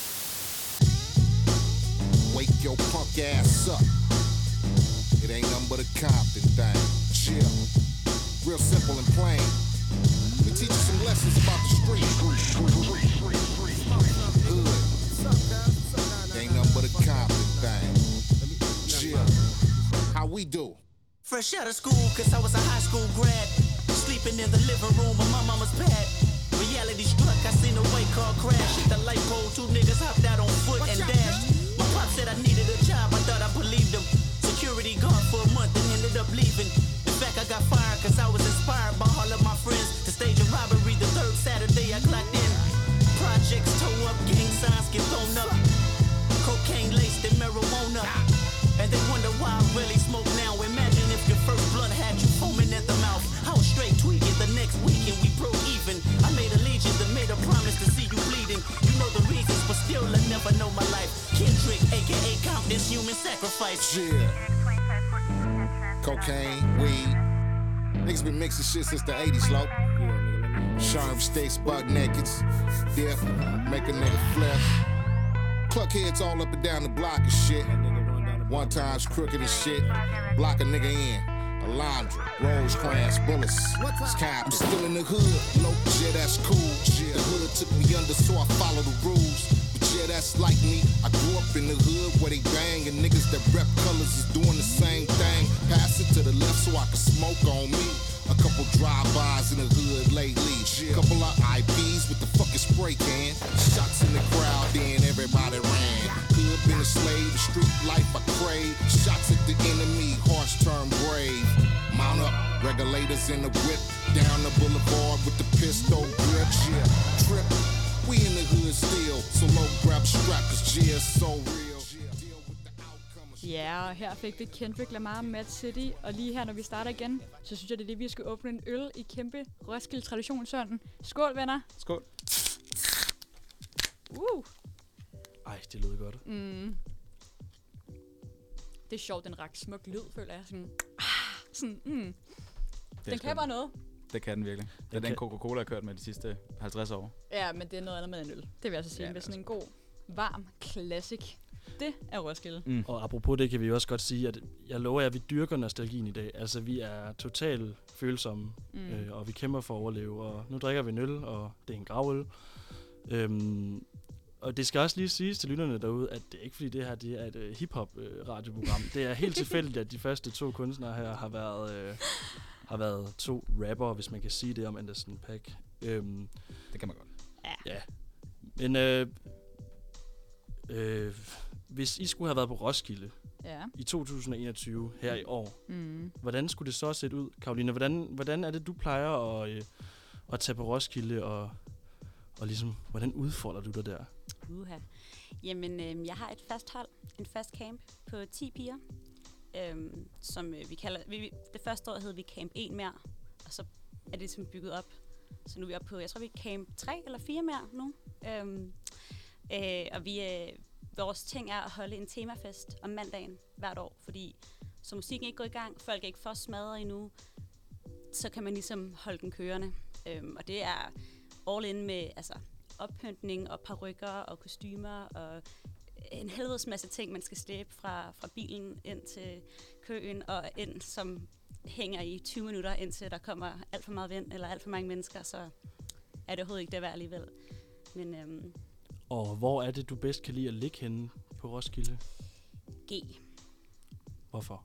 Wake your punk ass up. It ain't nothing but a Compton thing. Chill. Real simple and plain. We teach you some lessons about the street. Hood. It ain't nothing but a Compton thing. Chill. How we do? Fresh out of school, cause I was a high school grad. Sleeping in the living room of my mama's pad. Reality struck, I seen a white car crash. Hit the light pole, two niggas hopped out on foot and dashed. My pop said I needed a job, I thought I believed him. Security guard for a month and ended up leaving. In fact, I got fired cause I was inspired by all of my friends to stage a robbery the third Saturday I clocked in. Projects toe up, gang signs get thrown up. Cocaine laced in marijuana. And they wonder why I really smoke now. Imagine cocaine, weed. Niggas been mixing shit since the eighties, low. Showing states butt nakeds. Dip, make a nigga flip. Cluck heads all up and down the block and shit. One time's crooked as shit. Block a nigga in. Alondra, Rosecrans, bullets. I'm still in the hood. Low, yeah, that's cool. The hood took me under, so I follow the rules. But yeah, that's like me. I grew up in the hood where they bang, and niggas that rep colors is doing the same thing. Pass it to the left so I can smoke on me. A couple drive-bys in the hood lately. Couple of I Ps with the fucking spray can. Shots in the crowd, then everybody ran. Hood been a slave, the street life I crave. Shots at the enemy, hearts turn brave. Mount up, regulators in the whip. Down the boulevard with the pistol grip. Yeah, trip. We in the hood still, so low grab strap, cause yeah, so real. Ja, og her fik vi Kendrick Lamar Mad City, og lige her, når vi starter igen, så synes jeg, det er det, vi skal åbne en øl i kæmpe Roskilde traditionsånden. Skål, venner! Skål! Uh. Ej, det lød godt. Mm. Det er sjovt, den rak smuk lyd, føler jeg. Sådan, ah, sådan, mm. Den kan bare noget. Det kan den virkelig. Det er den Coca-Cola, jeg har kørt med de sidste halvtreds år. Ja, men det er noget andet med en øl. Det vil jeg altså sige. Ja, det er sådan en god, varm classic. Det er Roskilde. Mm. Og apropos det, kan vi også godt sige, at jeg lover jer, at vi dyrker nostalgien i dag. Altså, vi er totalt følsomme, mm. øh, og vi kæmper for at overleve. Og nu drikker vi en øl, og det er en gravøl. Øhm, og det skal også lige siges til lytterne derude, at det er ikke fordi det her det er et uh, hip-hop-radioprogram. Uh, det er helt tilfældigt, at de første to kunstnere her har været, uh, har været to rapper, hvis man kan sige det om Anderson .Paak. Øhm, det kan man godt. Ja. ja. Men øh, øh, hvis I skulle have været på Roskilde ja. i to tusind og enogtyve her i år, mm. hvordan skulle det så se ud, Karoline? Hvordan, hvordan er det, du plejer at, øh, at tage på Roskilde, og, og ligesom, hvordan udfordrer du dig der? Uha. Jamen, øh, jeg har et fast hold, en fast camp på ti piger, øh, som øh, vi kalder, vi, det første år hed vi camp en mere, og så er det ligesom bygget op. Så nu er vi oppe på, jeg tror vi er camp tre eller fire mere nu. Øhm, øh, og vi, øh, vores ting er at holde en temafest om mandagen hvert år, fordi så musikken ikke går i gang, folk er ikke for smadret endnu, så kan man ligesom holde den kørende. Øhm, og det er all in med altså, oppyntning og parykker og kostymer og en helvedes masse ting, man skal slæbe fra, fra bilen ind til køen og ind, som hænger i tyve minutter, indtil der kommer alt for meget vind eller alt for mange mennesker, så er det overhovedet ikke det værd alligevel. Men, øhm, og hvor er det, du bedst kan lide at ligge henne på Roskilde? G. Hvorfor?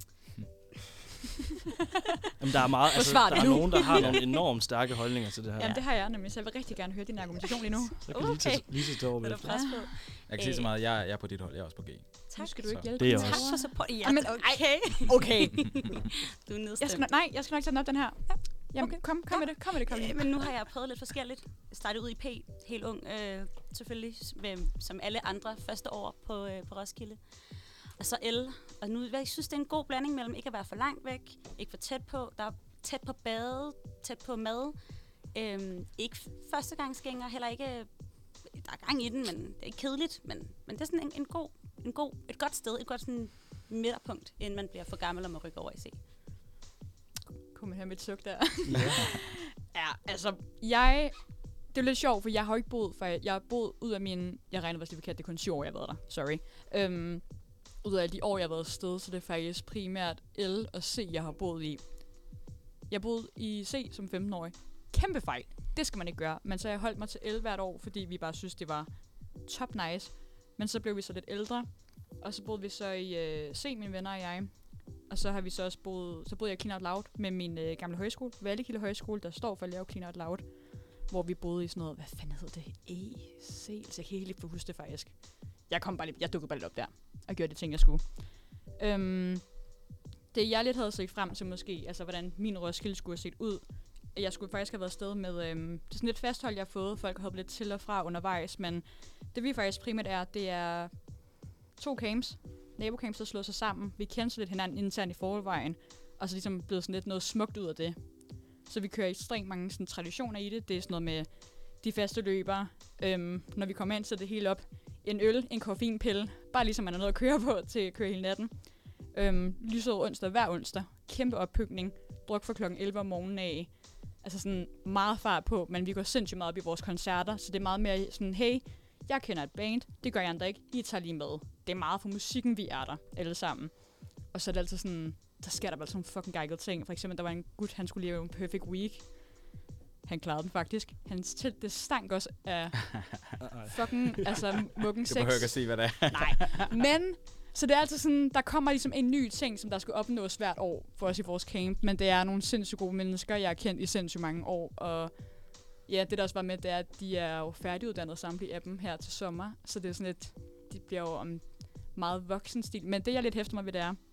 Jamen, der er meget, altså, der er nu. nogen, der har nogle enormt stærke holdninger til det her. Jamen, det har jeg nemlig, så jeg vil rigtig gerne høre din argumentation lige nu. Så kan okay. lige, lige til over med det. Jeg kan sige så meget, jeg, jeg er på dit hold, jeg er også på G. Tak. Nu skal du ikke hjælpe. Det er tak også. for support. Ja, Jamen, okay. Okay. Du er nedstemt. Jeg skal nok, nej, jeg skal nok tage den op, den her. Ja. Jamen, okay. kom, kom ja. med det, kom med det, kom med det. Men nu har jeg prøvet lidt forskelligt. Jeg startede ud i P, helt ung, øh, selvfølgelig, med, som alle andre første år på, øh, på Roskilde. Og så L. Og nu, jeg synes, det er en god blanding mellem ikke at være for langt væk, ikke for tæt på. Der er tæt på bade, tæt på mad. Øhm, ikke førstegangsgænger, heller ikke... Der er gang i den, men det er ikke kedeligt. Men, men det er sådan en, en god, en god, et godt sted, et godt sådan midterpunkt, inden man bliver for gammel og må rykke over i C. Kunne man høre mit suk der? Ja. Ja, altså, jeg... Det er lidt sjovt, for jeg har ikke boet... For jeg har boet ud af min... Jeg regner faktisk, det er kun syv år, jeg har været der. Sorry. Øhm, ud af de år, jeg har været afsted, så det er faktisk primært L og C, jeg har boet i. Jeg boede i C som femten-årig. Kæmpe fejl. Det skal man ikke gøre. Men så har jeg holdt mig til L hvert år, fordi vi bare synes, det var top nice. Men så blev vi så lidt ældre. Og så boede vi så i uh, C, mine venner og jeg. Og så har vi så også boet... Så boede jeg Clean Out Loud med min uh, gamle højskole. Vallekilde Højskole, der står for at lave Clean Out Loud. Hvor vi boede i sådan noget... Hvad fanden hedder det? E, C... Så jeg kan ikke lige få huske det faktisk. Jeg kom bare lidt... Jeg dukkede bare lidt op der. Og gjorde de ting, jeg skulle. Øhm, det jeg lidt havde set frem til måske... Altså, hvordan min Roskilde skulle have set ud... Jeg skulle faktisk have været afsted med... Øhm, det er sådan lidt fasthold, jeg har fået. Folk har hoppet lidt til og fra undervejs. Men det vi faktisk primært er, det er... To camps. Nabocamps, der slår sig sammen. Vi kender så lidt hinanden internt i forvejen. Og så ligesom blevet sådan lidt noget smukt ud af det. Så vi kører ekstremt mange sådan, traditioner i det. Det er sådan noget med de faste løbere. Øhm, når vi kommer ind, så det hele op. En øl, en koffeinpille. Bare ligesom man har noget at køre på til at køre hele natten. Øhm, lyset onsdag hver onsdag. Kæmpe opbygning. Druk fra klokken elleve om morgenen af. Altså sådan meget fart på, men vi går sindssygt meget op i vores koncerter, så det er meget mere sådan, hey, jeg kender et band, det gør jeg andre ikke, I tager lige med. Det er meget for musikken, vi er der, alle sammen. Og så er det altid sådan, der sker der bare sådan nogle fucking geigede ting. For eksempel, der var en gut, han skulle lave en perfect week. Han klarede den faktisk. Hans telt, det stank også af fucking, altså, muggen sex. Du behøver ikke at se, hvad det er. Nej, men... Så det er altid sådan, der kommer ligesom en ny ting, som der skal opnås hvert år for os i vores camp. Men det er nogle sindssygt gode mennesker, jeg har kendt i sindssygt mange år. Og ja, det der også var med, det er, at de er jo færdiguddannet samtlige af dem her til sommer. Så det er sådan lidt, de bliver jo om meget voksen stil. Men det jeg lidt hæfter mig ved, det er,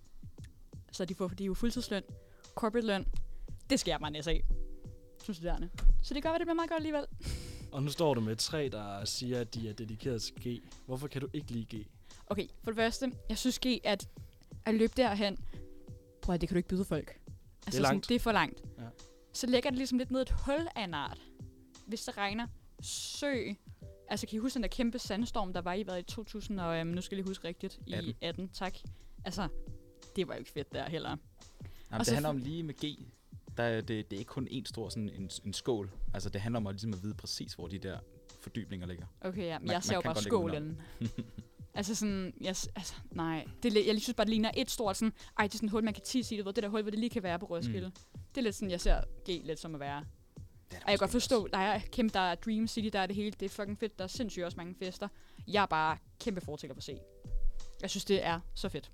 så de får, de er jo fuldtidsløn, corporate løn. Det skal jeg bare næste af, som studerende. Så det gør, at det bliver meget godt alligevel. Og nu står du med tre, der siger, at de er dedikeret til G. Hvorfor kan du ikke lide G? Okay, for det første, jeg synes G, at at løbe derhen, prøv at det kan du ikke byde folk. Altså, det er langt. Sådan, det er for langt. Ja. Så lægger det ligesom lidt ned et hul af en art. Hvis det regner, søg. Altså, kan I huske den der kæmpe sandstorm, der var i, hvad, i to tusind, og um, nu skal jeg lige huske rigtigt, i atten. atten, tak. Altså, det var jo ikke fedt der heller. Jamen, det handler om lige med G. Der, det, det er ikke kun en stor sådan en, en skål. Altså, det handler om at, ligesom at vide præcis, hvor de der fordybninger ligger. Okay, ja, men man, jeg ser jo bare skålen. Altså sådan, yes, altså, nej. Det, jeg synes bare, det ligner et stort sådan, ej, det er sådan et hul, man kan tisse i det, hvor det der hul, hvor det lige kan være på Roskilde. Mm. Det er lidt sådan, jeg ser G lidt som at være. Og jeg kan godt forstå, der er kæmpe, der er Dream City, der er det hele, det er fucking fedt, der er sindssygt også mange fester. Jeg er bare kæmpe fortæller på at se. Jeg synes, det er så fedt.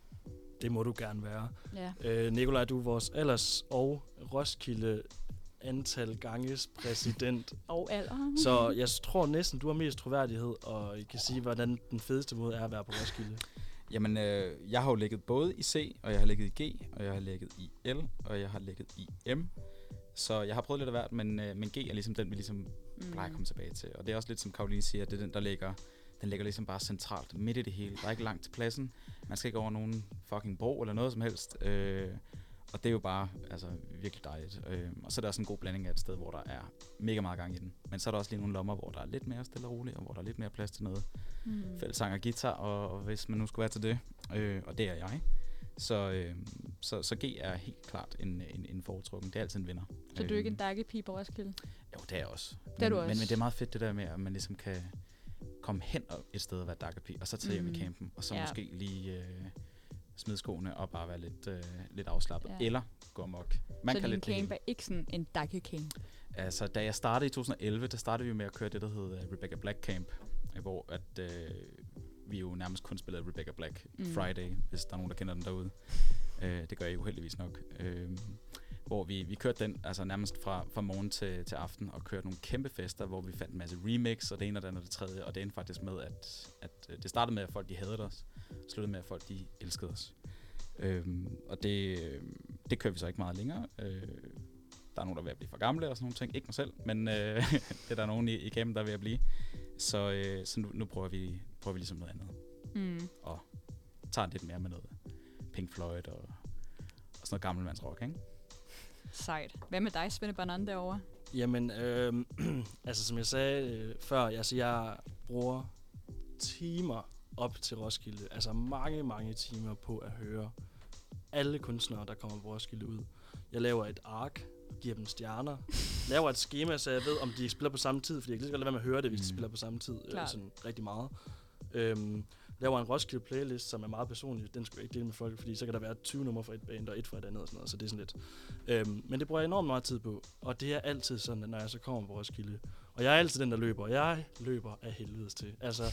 Det må du gerne være. Ja. Øh, Nikolaj, du er vores alders- og Roskilde antal ganges præsident. Og alder. Så jeg tror næsten, du har mest troværdighed, og I kan sige, hvordan den fedeste måde er at være på Roskilde. Jamen, øh, jeg har jo ligget både i C, og jeg har ligget i G, og jeg har ligget i L, og jeg har ligget i M. Så jeg har prøvet lidt af hvert, men, øh, men G er ligesom den, vi ligesom mm. plejer at komme tilbage til. Og det er også lidt, som Karoline siger, det er den, der ligger, den ligger ligesom bare centralt midt i det hele. Der er ikke langt til pladsen. Man skal ikke over nogen fucking bro eller noget som helst. Øh, Og det er jo bare altså, virkelig dejligt. Øh, og så er der også en god blanding af et sted, hvor der er mega meget gang i den. Men så er der også lige nogle lommer, hvor der er lidt mere stille og roligt, og hvor der er lidt mere plads til noget mm. fællessang og guitar, og, og hvis man nu skulle være til det, øh, og det er jeg, så, øh, så, så G er helt klart en, en, en foretrukken. Det er altid en vinder. Så du er ikke en dakkepige på Roskilde? Jo, det er jeg også. Det er men, du også. Men, men det er meget fedt det der med, at man ligesom kan komme hen et sted og være dakkepige, og så tage hjem mm. i campen, og så ja. måske lige... Øh, smide skoene og bare være lidt, øh, lidt afslappet. Ja. Eller gå amok. Man så kan din lidt camp er ikke sådan en dakke-camp? Altså, da jeg startede i to tusind og elleve, der startede vi med at køre det, der hedder uh, Rebecca Black Camp, hvor at, øh, vi jo nærmest kun spillede Rebecca Black mm. Friday, hvis der er nogen, der kender den derude. øh, det gør jeg jo heldigvis nok. Øh, hvor vi, vi kørte den altså nærmest fra, fra morgen til, til aften, og kørte nogle kæmpe fester, hvor vi fandt en masse remix, og det ene og det andet og det tredje, og det endte faktisk med, at, at det startede med, at folk de hadede os, sluttede med, at folk de elskede os. Øhm, og det, det kører vi så ikke meget længere. Øh, der er nogen, der er ved at blive for gamle og sådan nogle ting. Ikke mig selv, men øh, det er der nogen i, i campen, der er ved at blive. Så, øh, så nu, nu prøver vi, prøver vi ligesom noget andet. Mm. Og tager lidt mere med noget Pink Floyd og, og sådan noget gammelmandsrock, ikke? Sejt. Hvad med dig, Svende Banan, derovre? Jamen, øh, altså som jeg sagde øh, før, altså jeg bruger timer op til Roskilde. Altså mange, mange timer på at høre alle kunstnere, der kommer på Roskilde ud. Jeg laver et ark, giver dem stjerner, laver et schema, så jeg ved, om de spiller på samme tid, fordi jeg kan lige så godt lade være med at høre det, hvis de spiller på samme tid, øh, sådan rigtig meget. Øhm, laver en Roskilde playlist, som er meget personlig. Den skulle jeg ikke dele med folk, fordi så kan der være tyve numre fra et band og et fra et andet og sådan noget, så det er sådan lidt. Øhm, men det bruger jeg enormt meget tid på, og det er altid sådan, når jeg så kommer på Roskilde. Og jeg er altid den, der løber. Jeg løber af helvedes til. Altså,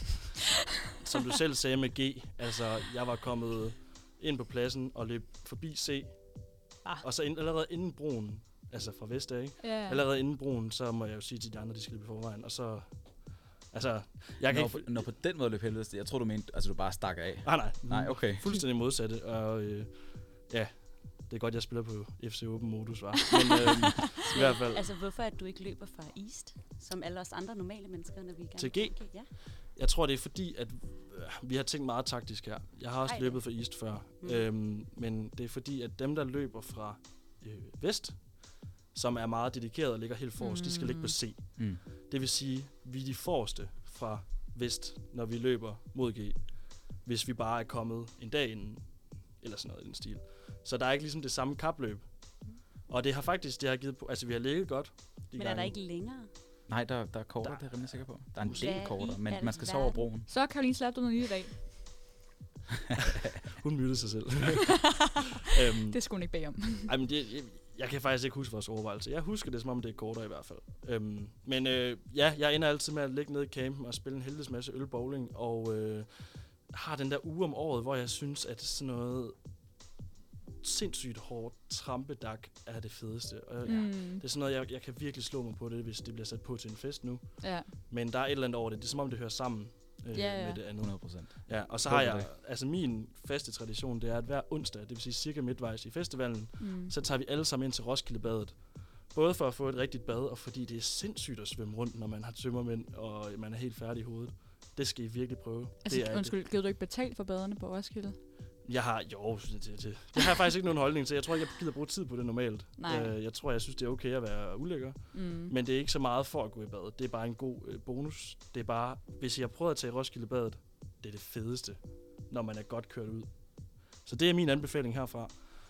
som du selv sagde med G, altså, jeg var kommet ind på pladsen og løb forbi C, ah. og så ind, allerede inden broen, altså fra Vest, ikke? Yeah. Allerede inden broen, så må jeg jo sige til de andre, de skal løbe i forvejen, og så... Altså, jeg kan når, ikke... På, når på den måde løb helvedes, jeg tror du mente, altså du bare stakker af. Ah, nej, nej, okay. Fuldstændig modsatte, og øh, ja, det er godt, jeg spiller på F C Open modus, var. Men øh, i hvert fald... Altså, hvorfor at du ikke løber fra East, som alle os andre normale mennesker, når vi gerne til G? G? Ja. Jeg tror, det er fordi, at øh, vi har tænkt meget taktisk her. Jeg har også Ej, løbet fra East før, mm. øhm, men det er fordi, at dem, der løber fra øh, Vest, som er meget dedikeret og ligger helt forrest, mm. de skal ligge på C. Mm. Det vil sige, vi er de forreste fra Vest, når vi løber mod G. Hvis vi bare er kommet en dag inden. eller sådan noget i den stil. Så der er ikke ligesom det samme kapløb. Og det har faktisk, det har givet, altså vi har ligget godt. De Men gange. er der ikke længere? Nej, der, der er kortere, det er jeg rimelig sikker på. Der er en del Hvad kortere, i men man skal sove over alverden? broen. Så har Karoline slappet noget nyt i dag. Hun myttede sig selv. øhm, Det skulle hun ikke bage om. Ej, men det, jeg, jeg kan faktisk ikke huske vores overvejelse. Jeg husker det, som om det er kortere i hvert fald. Øhm, men øh, ja, jeg ender altid med at ligge nede i campen og spille en helvedes masse ølbowling, og øh, har den der uge om året, hvor jeg synes, at sådan noget sindssygt hårdt trampedak er det fedeste. Og Mm. det er sådan noget, jeg, jeg kan virkelig slå mig på det, hvis det bliver sat på til en fest nu. Ja. Men der er et eller andet over det. Det er som om, det hører sammen øh, Ja, ja. med det andet. hundrede procent. Ja, og så Håber har jeg, det. altså min faste tradition, det er, at hver onsdag, det vil sige cirka midtvejs i festivalen, Mm. så tager vi alle sammen ind til Roskildebadet. Både for at få et rigtigt bad, og fordi det er sindssygt at svømme rundt, når man har tømmermænd, og man er helt færdig i hovedet. Det skal I virkelig prøve. Altså, det er undskyld, giver du ikke betalt for baderne på Roskilde? Jeg har, jo, det, det, det. det har jeg faktisk ikke nogen holdning til. Jeg tror ikke, jeg gider bruge tid på det normalt. Nej. Øh, jeg tror, jeg synes, det er okay at være ulækker. Mm. Men det er ikke så meget for at gå i bad. Det er bare en god øh, bonus. Det er bare, hvis I har prøvet at tage Roskildebadet, det er det fedeste, når man er godt kørt ud. Så det er min anbefaling herfra.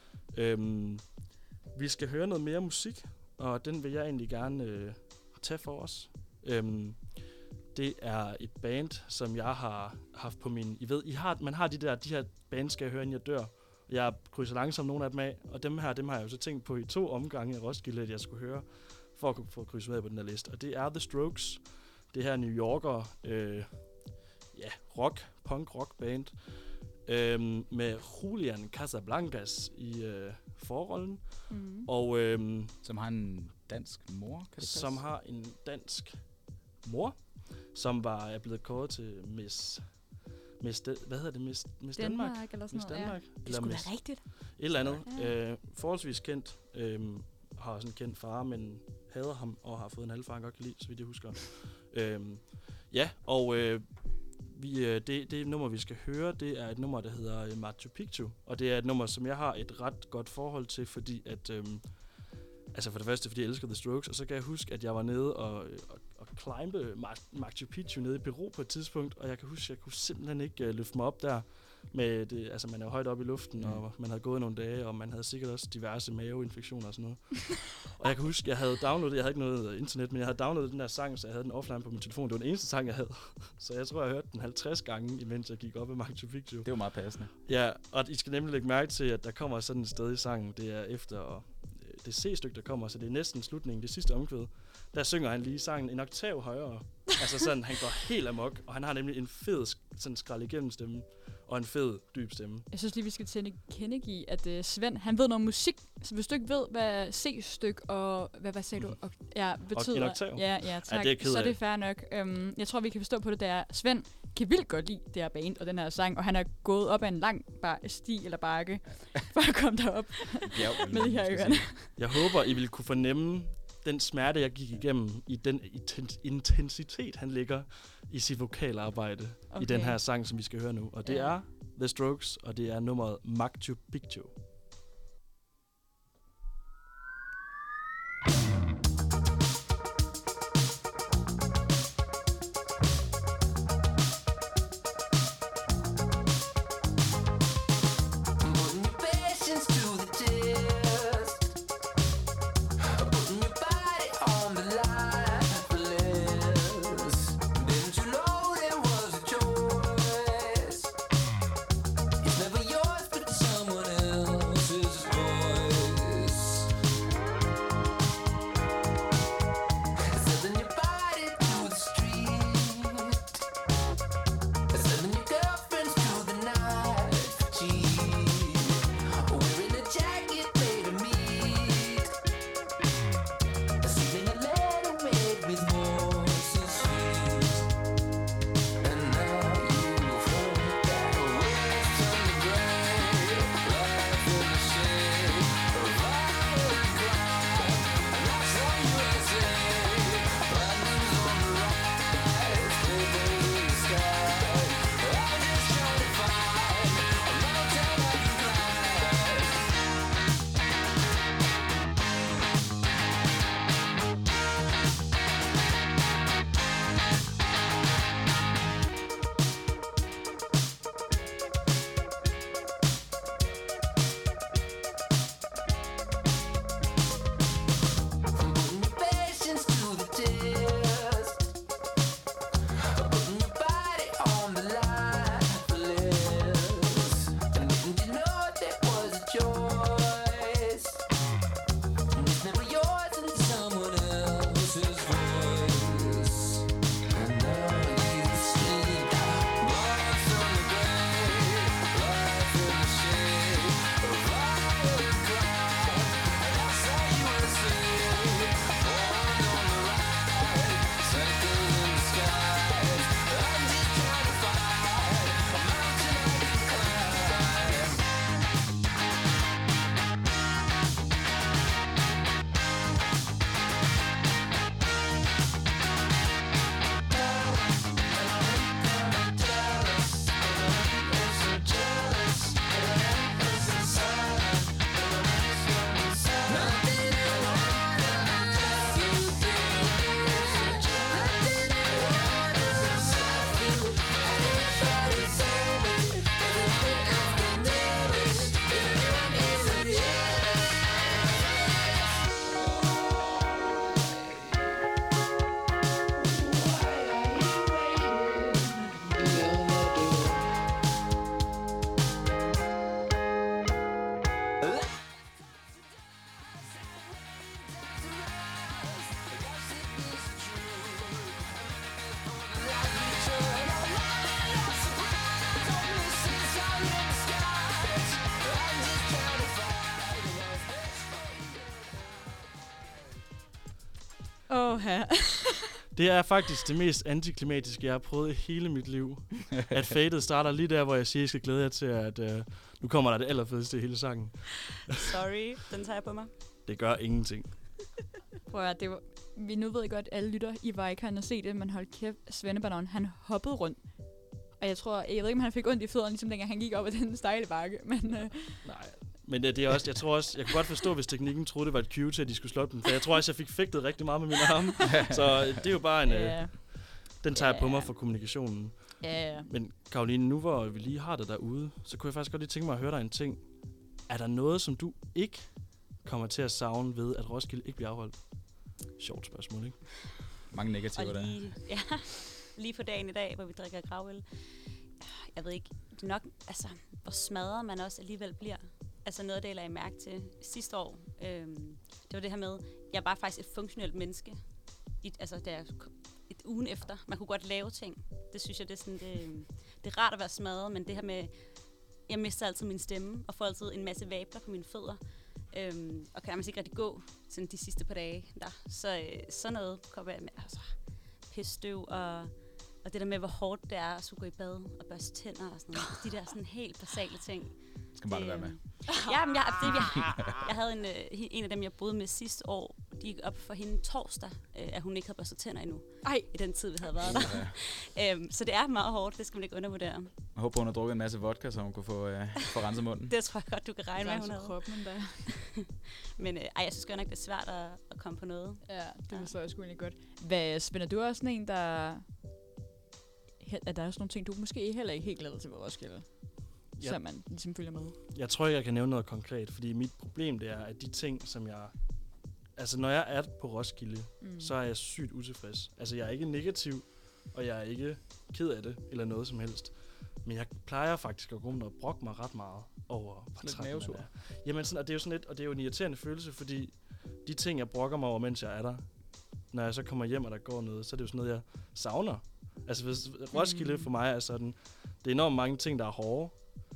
Øhm, vi skal høre noget mere musik, og den vil jeg egentlig gerne øh, tage for os. Øhm, det er et band, som jeg har haft på min... I ved, I har, man har de der de her bands, skal jeg høre, inden jeg dør. Jeg krydser langsomt nogle af dem af, og dem her, dem har jeg jo så tænkt på i to omgange af Roskilde, at jeg skulle høre, for at kunne få krydset af på den her liste. Og det er The Strokes, det her New Yorker, øh, ja, rock, punk-rock band, øh, med Julian Casablancas i øh, forrollen. Mm. Og, øh, som har en dansk mor, kan det passe? Som har en dansk mor, som var er blevet kåret til Miss... Miss De, hvad hedder det? Miss, Miss Danmark, Danmark? eller sådan Miss noget, ja. Danmark? Det skulle være rigtigt. Et eller andet. Ja. Øh, forholdsvis kendt. Øh, har også en kendt far, men hader ham og har fået en halvfar, han godt kan lide, så vidt jeg husker. øh, ja, og øh, vi, øh, det, det nummer, vi skal høre, det er et nummer, der hedder øh, Machu Picchu. Og det er et nummer, som jeg har et ret godt forhold til, fordi at... Øh, altså for det første, fordi jeg elsker The Strokes, og så kan jeg huske, at jeg var nede og, og, og climbe Machu Picchu nede i Peru på et tidspunkt, og jeg kan huske, at jeg kunne simpelthen ikke uh, løfte mig op der. Med det, altså man er jo højt oppe i luften, mm. og man havde gået nogle dage, og man havde sikkert også diverse maveinfektioner og sådan noget. Og jeg kan huske, at jeg havde downloadet, jeg havde ikke noget internet, men jeg havde downloadet den der sang, så jeg havde den offline på min telefon. Det var den eneste sang, jeg havde. Så jeg tror, jeg hørte den halvtreds gange, imens jeg gik op ad Machu Picchu. Det var meget passende. Ja, og I skal nemlig lægge mærke til, at der kommer sådan et sted i sangen, det er efter... det C-stykke, der kommer, så det er næsten slutningen, det sidste omkvæd, der synger han lige sangen en oktav højere. Altså sådan, han går helt amok, og han har nemlig en fed sådan skrald igennem stemme, og en fed, dyb stemme. Jeg synes lige, vi skal tilkendegive, at uh, Svend, han ved noget musik, så hvis du ikke ved, hvad C-styk og, hvad, hvad sagde du, og, ja, betyder. Og en oktav. Ja, ja, tak. Ja, det er så er det fair nok. Um, jeg tror, vi kan forstå på det, der Svend kan vildt godt lide det her band og den her sang, og han er gået op ad en lang bar- sti eller bakke, for at komme derop med de her ørerne. Jeg håber, I vil kunne fornemme den smerte, jeg gik igennem, i den intensitet, han ligger i sit vokalarbejde okay. i den her sang, som vi skal høre nu. Og det ja. er The Strokes, og det er nummeret Machu Picchu. It's never yours, but someone else. Åh, ja. Det er faktisk det mest antiklimatiske, jeg har prøvet i hele mit liv. At fadet starter lige der, hvor jeg siger, at I skal glæde jer til, at uh, nu kommer der det allerfedeste i hele sangen. Sorry, den tager jeg på mig. Det gør ingenting. Prøv at det var, vi nu ved jeg godt, at alle lytter, I var ikke herinde og se det, men hold kæft, Svennebanon, han hoppede rundt. Og jeg tror, jeg ved ikke, om han fik ondt i fødderne, ligesom dengang han gik op ad den stejle bakke, men... Uh... Nej, men det, det er også, jeg tror også, jeg kan godt forstå, hvis teknikken troede, det var et cue til, at de skulle slå den, for jeg tror også, jeg fik fægtet rigtig meget med mine arme. Så det er jo bare en... Yeah. Øh, den tager jeg på Yeah. mig for kommunikationen. Ja, ja. Men Karoline, nu hvor vi lige har det derude, så kunne jeg faktisk godt lige tænke mig at høre dig en ting. Er der noget, som du ikke kommer til at savne ved, at Roskilde ikke bliver afholdt? Sjovt spørgsmål, ikke? Mange negativer Og der. lige, ja, lige på dagen i dag, hvor vi drikker gravøl. Jeg ved ikke, det er nok, altså, hvor smadret man også alligevel bliver. Altså noget af det, jeg lagde mærke til sidste år, øhm, det var det her med, jeg var faktisk et funktionelt menneske. I, altså, da jeg, et ugen efter. Man kunne godt lave ting. Det synes jeg, det er, sådan, det, det er rart at være smadret, men det her med, jeg mister altid min stemme, og får altid en masse vabler på mine fødder. Øhm, og kan nærmest ikke rigtig gå sådan de sidste par dage der. Så øh, sådan noget kommer jeg med. Altså, pisstøv og, og det der med, hvor hårdt det er at skulle gå i bad og børste tænder og sådan noget. De der sådan helt basale ting. Skal bare det, være med. Ja, men jeg, det, jeg, jeg havde en, øh, en af dem, jeg boede med sidste år. De gik op for hende torsdag, øh, at hun ikke havde børstet tænder endnu. Ej. I den tid, vi havde været der. øhm, så det er meget hårdt, det skal man ikke undervurdere. Jeg håber, hun har drukket en masse vodka, så hun kunne få, øh, få renset munden. Det tror jeg godt, du kan regne med, hun havde. Kroppen, der. Men øh, ej, jeg synes godt nok, det er svært at, at komme på noget. Ja, det forstår jeg sgu egentlig godt. Hvad, Svend, er du også sådan en, der... Er der også nogle ting, du måske heller ikke helt glad til ved Roskilde? Ja. Så man ligesom følger med. Jeg tror ikke, jeg kan nævne noget konkret, fordi mit problem det er, at de ting, som jeg... Altså, når jeg er på Roskilde, mm. så er jeg sygt utilfreds. Altså, jeg er ikke negativ, og jeg er ikke ked af det, eller noget som helst. Men jeg plejer faktisk at gå rundt og brokke mig ret meget over, hvor Lidt træt man mavesur. er. Jamen, sådan, og det er jo sådan lidt, og det er jo en irriterende følelse, fordi de ting, jeg brokker mig over, mens jeg er der, når jeg så kommer hjem, og der går noget, så er det jo sådan noget, jeg savner. Altså, hvis Roskilde for mig er sådan, det er enormt mange ting, der er hårde,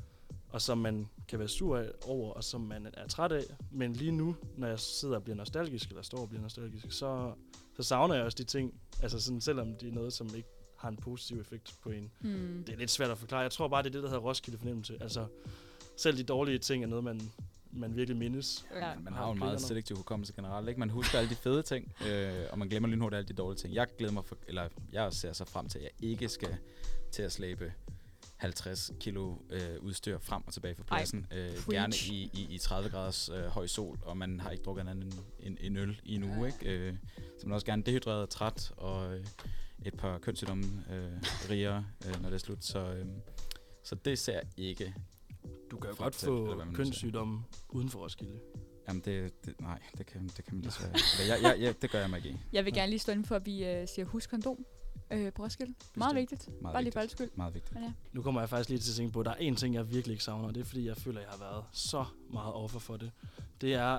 og som man kan være sur af over, og som man er træt af. Men lige nu, når jeg sidder og bliver nostalgisk, eller står og bliver nostalgisk, så, så savner jeg også de ting, altså sådan, selvom det er noget, som ikke har en positiv effekt på en. Mm. Det er lidt svært at forklare. Jeg tror bare, det er det, der hedder Roskilde fornemmelse. Altså, selv de dårlige ting er noget, man, man virkelig mindes. Ja. Man har jo en meget selektiv hukommelse generelt, ikke? Man husker alle de fede ting, øh, og man glemmer lynhurtigt alle de dårlige ting. Jeg glæder mig, for, eller jeg ser så frem til, at jeg ikke skal til at slæbe halvtreds kilo øh, udstyr frem og tilbage fra pladsen. Øh, gerne i, i, i tredive graders øh, høj sol, og man har ikke drukket andet end en, en øl i en uge. Ikke? Øh, så man er også gerne dehydreret, træt og øh, et par kønssygdomme øh, rigere, øh, når det er slut. Så, øh, så det ser jeg ikke. Du kan jo for godt til, få eller hvad man nu kønssygdomme uden for Roskilde. Jamen det, det, nej, det kan, det kan man desværre ikke. Jeg, jeg, jeg, det gør jeg mig ikke i. Jeg vil gerne lige stå inden for, at vi øh, siger husk kondom øh, på Roskilde. Meget vigtigt. Meget Bare lige vigtigt. for alt skyld. Meget vigtigt. Men ja. Nu kommer jeg faktisk lige til at tænke på, at der er en ting, jeg virkelig ikke savner, og det er fordi, jeg føler, at jeg har været så meget offer for det. Det er,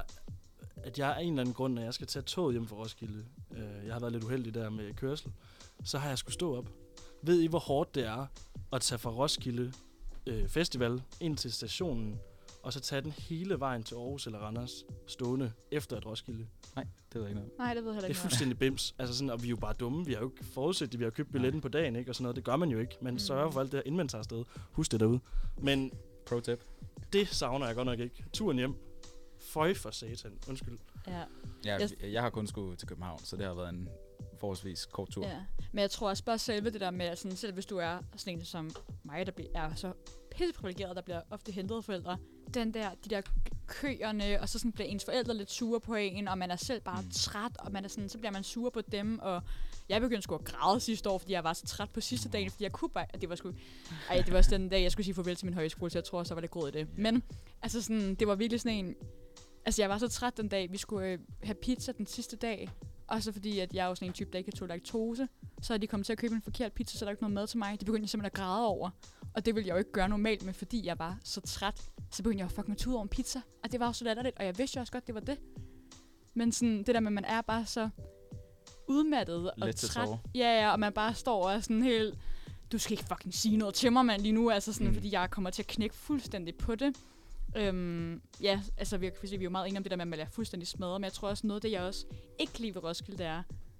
at jeg af en eller anden grund, når jeg skal tage toget hjem fra Roskilde, øh, jeg har været lidt uheldig der med kørsel, så har jeg skulle stå op. Ved I, hvor hårdt det er at tage fra Roskilde øh, Festival ind til stationen, og så tage den hele vejen til Aarhus eller Randers, stående efter et Roskilde? Nej, det ved jeg ikke noget. Nej, det ved jeg heller Det er ikke. fuldstændig bims. Altså sådan, og vi er jo bare dumme. Vi har jo ikke forudset det. Vi har købt billetten på dagen, ikke? Og sådan noget. Det gør man jo ikke. Man Mm. sørger for alt det her, inden man tager afsted. Husk det derude. Men Pro tip. det savner jeg godt nok ikke. Turen hjem. Føj for satan. Undskyld. Ja. Jeg, Jeg- jeg, jeg har kun skulle til København, så det har været en forholdsvis kort tur. Ja, men jeg tror også bare selve det der med, at sådan, selv hvis du er sådan en som mig, der bliver, er så pisseprivilegeret, der bliver ofte hentet af forældre, den der, de der køerne, og så sådan bliver ens forældre lidt sure på en, og man er selv bare mm. træt, og man er sådan, så bliver man sur på dem, og jeg begyndte sgu at græde sidste år, fordi jeg var så træt på sidste dagen, fordi jeg kunne bare, det var sgu, ej, det var også den dag, jeg skulle sige farvel til min højskole, så jeg tror, så var det gråd i det. Men, altså sådan, det var virkelig sådan en, altså jeg var så træt den dag, vi skulle øh, have pizza den sidste dag, og så fordi, at jeg er jo sådan en type, der ikke kan tåle laktose, så er de kommet til at købe en forkert pizza, så der er ikke noget mad til mig. Det begyndte jeg simpelthen at græde over. Og det ville jeg jo ikke gøre normalt med, fordi jeg var så træt. Så begyndte jeg at fucking tude over en pizza. Og det var jo så latterligt, og jeg vidste jo også godt, det var det. Men sådan, det der med, at man er bare så udmattet og Let til træt. tårer. Ja, ja, og man bare står og er sådan helt, du skal ikke fucking sige noget til mig, mand, lige nu. Altså sådan, Mm. mm. fordi jeg kommer til at knække fuldstændig på det. Øhm, ja, altså vi er, vi er jo meget enige om det der med, at man er fuldstændig smadret, men jeg tror også noget, det jeg også ikke kan lide ved Roskilde, det er,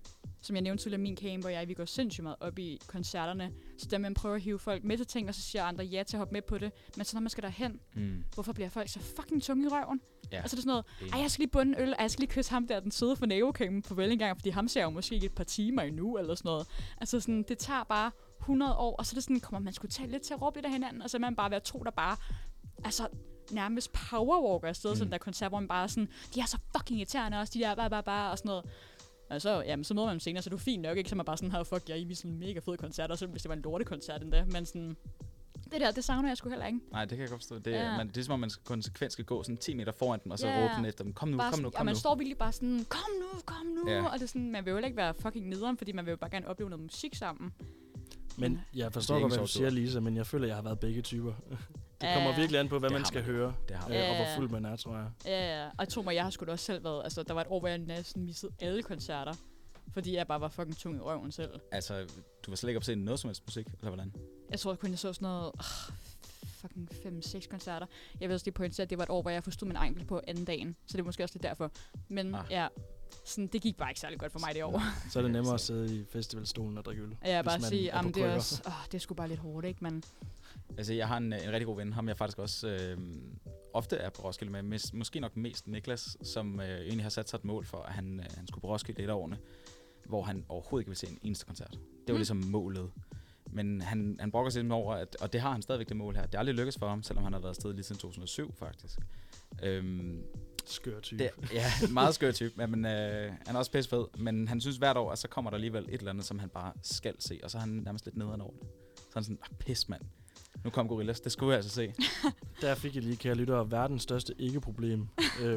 som jeg nævnte tidligere, min camp og jeg, vi går sindssygt meget op i koncerterne. Så der man prøver at hive folk med til ting, og så siger andre ja til at hoppe med på det. Men så når man skal derhen, mm. hvorfor bliver folk så fucking tunge i røven? Ja. Altså det er sådan noget, ej, jeg skal lige bunde en øl, ej, jeg skal lige kysse ham der, den søde for nabokæmpen på vel engang, fordi ham ser jo måske ikke et par timer endnu, eller sådan noget. Altså sådan, det tager bare hundrede år, og så er det sådan, kommer man skulle tage lidt til at råbe lidt af hinanden, og så er man bare være to, der bare, altså nærmest powerwalker afsted, mm. sådan der koncert, hvor man bare sådan, de er så fucking irriterende også, de der bare, bare, bare, og sådan noget. Og så, jamen, så møder man dem senere, så det er fint nok, ikke? Så man bare sådan, her, fuck, jeg er i sådan en mega fed koncert, og så hvis det var en lortekoncert endda, men sådan, det der, det savner jeg sgu heller ikke. Nej, det kan jeg godt forstå. Det, ja. man, det er som om, man konsekvent skal gå sådan ti meter foran dem, og så ja. råbe den efter dem, kom nu, bare kom nu, kom nu. Og man står virkelig bare sådan, kom nu, kom nu, ja. og det er sådan, man vil jo ikke være fucking nederen, fordi man vil jo bare gerne opleve noget musik sammen. Men jeg forstår godt, hvad du siger, Lisa, men jeg føler, jeg har været begge typer. Det kommer ja. virkelig an på, hvad det man skal man. høre, det har øh, ja. og hvor fuld man er, tror jeg. Ja, ja. Og tog mig, jeg har sgu da også selv været, altså der var et år, hvor jeg næsten missede alle koncerter, fordi jeg bare var fucking tung i røven selv. Altså, du var slet ikke op til noget som helst musik, eller hvordan? Jeg tror kun, jeg så sådan noget, oh, fucking fem seks koncerter. Jeg vil også lige pointere, at det var et år, hvor jeg forstod min ankel på anden dagen, så det er måske også lidt derfor. Men ah. ja, sådan, det gik bare ikke særlig godt for mig det år. Så er det nemmere at sidde i festivalstolen og drikke øl. Ja, bare sige, at det er også, oh, det er sgu bare lidt hårdt, ikke? Men altså, jeg har en, en rigtig god ven, ham jeg faktisk også øh, ofte er på Roskilde med, med, måske nok mest Niklas, som øh, egentlig har sat sig et mål for, at han, øh, han skulle på Roskilde et af årene, hvor han overhovedet ikke ville se en eneste koncert. Det var mm. ligesom målet. Men han, han brokker sig lidt over, at, og det har han stadigvæk det mål her. Det er aldrig lykkes for ham, selvom han har været afsted lige siden to tusind og syv faktisk. Øhm, skør type. Det, ja, meget skør type, men øh, han er også pisse fed. Men han synes hvert år, at så kommer der alligevel et eller andet, som han bare skal se, og så er han nærmest lidt nederen over det. Så han sådan, ah, pis mand. Nu kom Gorillaz, det skulle jeg altså se. Der fik jeg lige, kære lyttere, verdens største ikke-problem. øhm.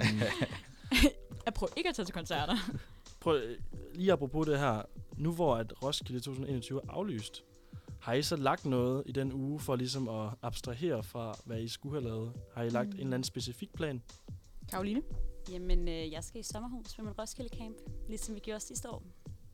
Jeg prøver ikke at tage til koncerter. Prøv, lige apropos det her, nu hvor at Roskilde to tusind og enogtyve er aflyst, har I så lagt noget i den uge for ligesom at abstrahere fra, hvad I skulle have lavet? Har I lagt mm. en eller anden specifik plan? Karoline? Jamen, øh, jeg skal i sommerhus med min Roskilde Camp, ligesom vi gjorde sidste år.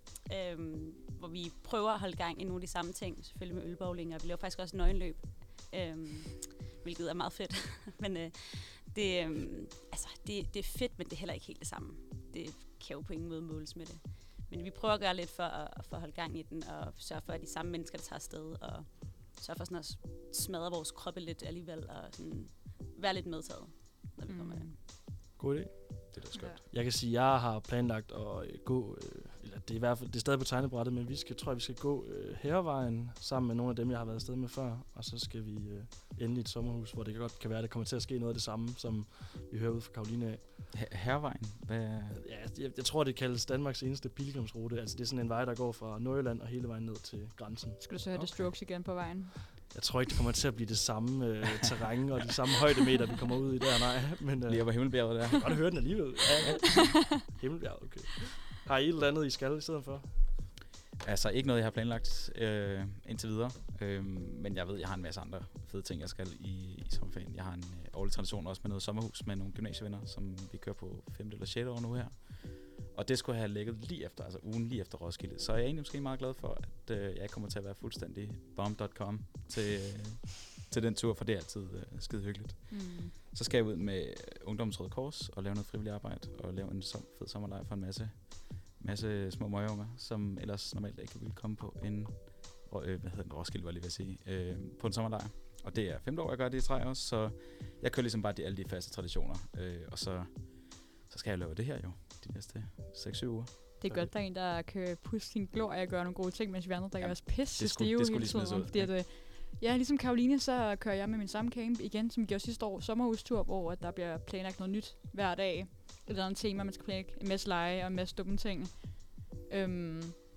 Øhm, hvor vi prøver at holde gang i nogle af de samme ting, selvfølgelig med ølbowling, og vi laver faktisk også nøgenløb, øhm, hvilket er meget fedt. men øh, det, øh, altså, det, det er fedt, men det er heller ikke helt det samme. Det kan jo på ingen måde måles med det. Men vi prøver at gøre lidt for at, for at holde gang i den, og sørge for, at de samme mennesker, der tager afsted, og sørge for sådan at smadre vores kroppe lidt alligevel, og sådan være lidt medtaget, når vi mm. kommer hjem. God idé. Det er da skønt. Jeg kan sige, at jeg har planlagt at gå, øh, eller det er i hvert fald, det er stadig på tegnebrættet, men vi skal, tror jeg, vi skal gå øh, Herrevejen sammen med nogle af dem, jeg har været afsted med før, og så skal vi øh, endelig et sommerhus, hvor det godt kan være, at det kommer til at ske noget af det samme, som vi hører ud fra Karoline af. Herrevejen? Hvad? Ja, jeg, jeg tror, det kaldes Danmarks eneste pilgrimsrute. Altså, det er sådan en vej, der går fra Nordjylland og hele vejen ned til grænsen. Skal du så have okay. The Strokes igen på vejen? Jeg tror ikke, det kommer til at blive det samme øh, terræn og de samme højdemeter, vi kommer ud i der, nej. Men, øh, lige over Himmelbjerget der. Jeg kan godt høre den alligevel. Ja, ja. Himmelbjerget, okay. Har I et eller andet, I skal i stedet for? Altså, ikke noget, jeg har planlagt øh, indtil videre. Øh, men jeg ved, jeg har en masse andre fede ting, jeg skal i, i sommerferien. Jeg har en øh, årlig tradition også med noget sommerhus med nogle gymnasievenner, som vi kører på femte eller sjette år nu her. Og det skulle jeg have lægget lige efter, altså ugen lige efter Roskilde. Så jeg er egentlig måske meget glad for, at øh, jeg kommer til at være fuldstændig bomb punktum com til, øh, til den tur, for det er altid øh, skide hyggeligt. Mm. Så skal jeg ud med Ungdommens Røde Kors og lave noget frivilligt arbejde og lave en som, fed sommerlejr for en masse, masse små møgeunger, som ellers normalt ikke ville komme på en, øh, hvad hedder den, Roskilde, var lige ved at sige, øh, på en sommerlejr. Og det er femte år, jeg gør det i træ også, så jeg kører ligesom bare de, alle de faste traditioner, øh, og så, så skal jeg lave det her jo, de næste seks syv uger. Det er godt, der er en, der kan pusse sin glorie og gøre nogle gode ting, mens vi andre, der kan også pisse stive hele tiden. Ligesom fordi at, ja, ligesom Karoline, så kører jeg med min samme camp igen, som vi gjorde sidste år, sommerhustur, hvor at der bliver planlagt noget nyt hver dag. Et eller andet tema, man skal planlægge en masse lege og en masse dumme ting. Øhm,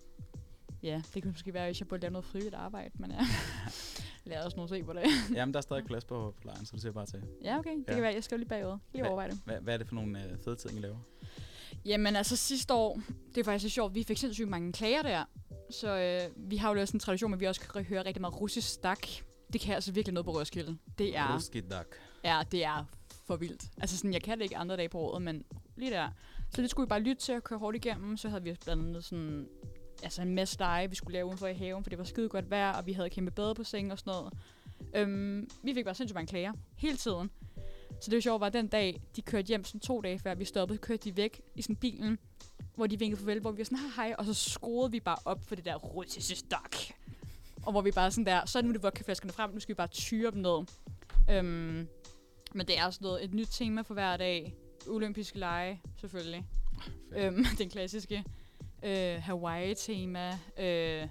ja, det kunne måske være, hvis jeg burde lave noget frivilligt arbejde, men ja, lad os nu se på det. Jamen, der er stadig plads på, på lejren, så du ser bare til. Ja, okay. Det ja. kan være, jeg skal jo lige bagud. Lige Hva, overveje det. Hvad, hvad er det for nogle øh, fede ting, I laver? Jamen altså sidste år, det er faktisk så sjovt, vi fik sindssygt mange klager der. Så øh, vi har jo lavet sådan en tradition, at vi også kan høre rigtig meget russisk stak. Det kan altså virkelig noget på Roskilde. Det er... Russisk dak. Ja, det er for vildt. Altså sådan, jeg kan det ikke andre dage på året, men lige der. Så det skulle vi bare lytte til at køre hårdt igennem. Så havde vi blandt andet sådan... Altså en masse lege, vi skulle lave udenfor i haven, for det var skide godt vejr, og vi havde kæmpe bade på sengen og sådan noget. Øhm, vi fik bare sindssygt mange klager hele tiden. Så det var sjovt, var den dag, de kørte hjem sådan to dage før vi stoppede, kørte de væk i sådan bilen, hvor de vinkede farvel, hvor vi var sådan, hej, og så skruede vi bare op for det der russiske stok. Og hvor vi bare sådan der, så er nu det vodkaflaskerne frem, nu skal vi bare tyre dem ned. Øhm, men det er sådan noget, et nyt tema for hver dag. Olympiske lege, selvfølgelig. Øhm, den klassiske. Øh, Hawaii-tema. Øh,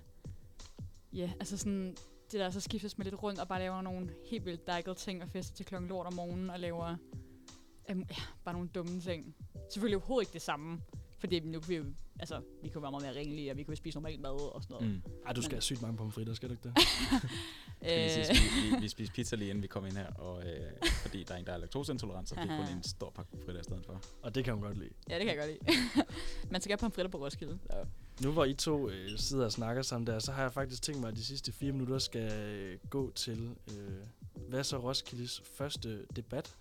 ja, altså sådan, det der så skiftes med lidt rundt, og bare laver nogle helt vildt dækkede ting, og fester til klokken lort om morgenen, og laver øhm, ja, bare nogle dumme ting. Selvfølgelig overhovedet ikke det samme. Fordi nu kan vi jo, altså, vi kan jo være meget mere renlige, og vi kan jo spise normalt mad og sådan noget. Mm. Ej, du skal have sygt mange pomfritter, skal du ikke det? Sige, vi, vi, vi spiste pizza lige inden vi kom ind her, og øh, fordi der er en, der er laktoseintolerant, så fik kun en stor pakke pomfritter i stedet for. Og det kan hun godt lide. Ja, det kan jeg godt lide. Man skal have pomfritter på Roskilde. Ja. Nu hvor I to øh, sidder og snakker sammen der, så har jeg faktisk tænkt mig, at de sidste fire minutter skal øh, gå til, øh, hvad så Roskildes første debat.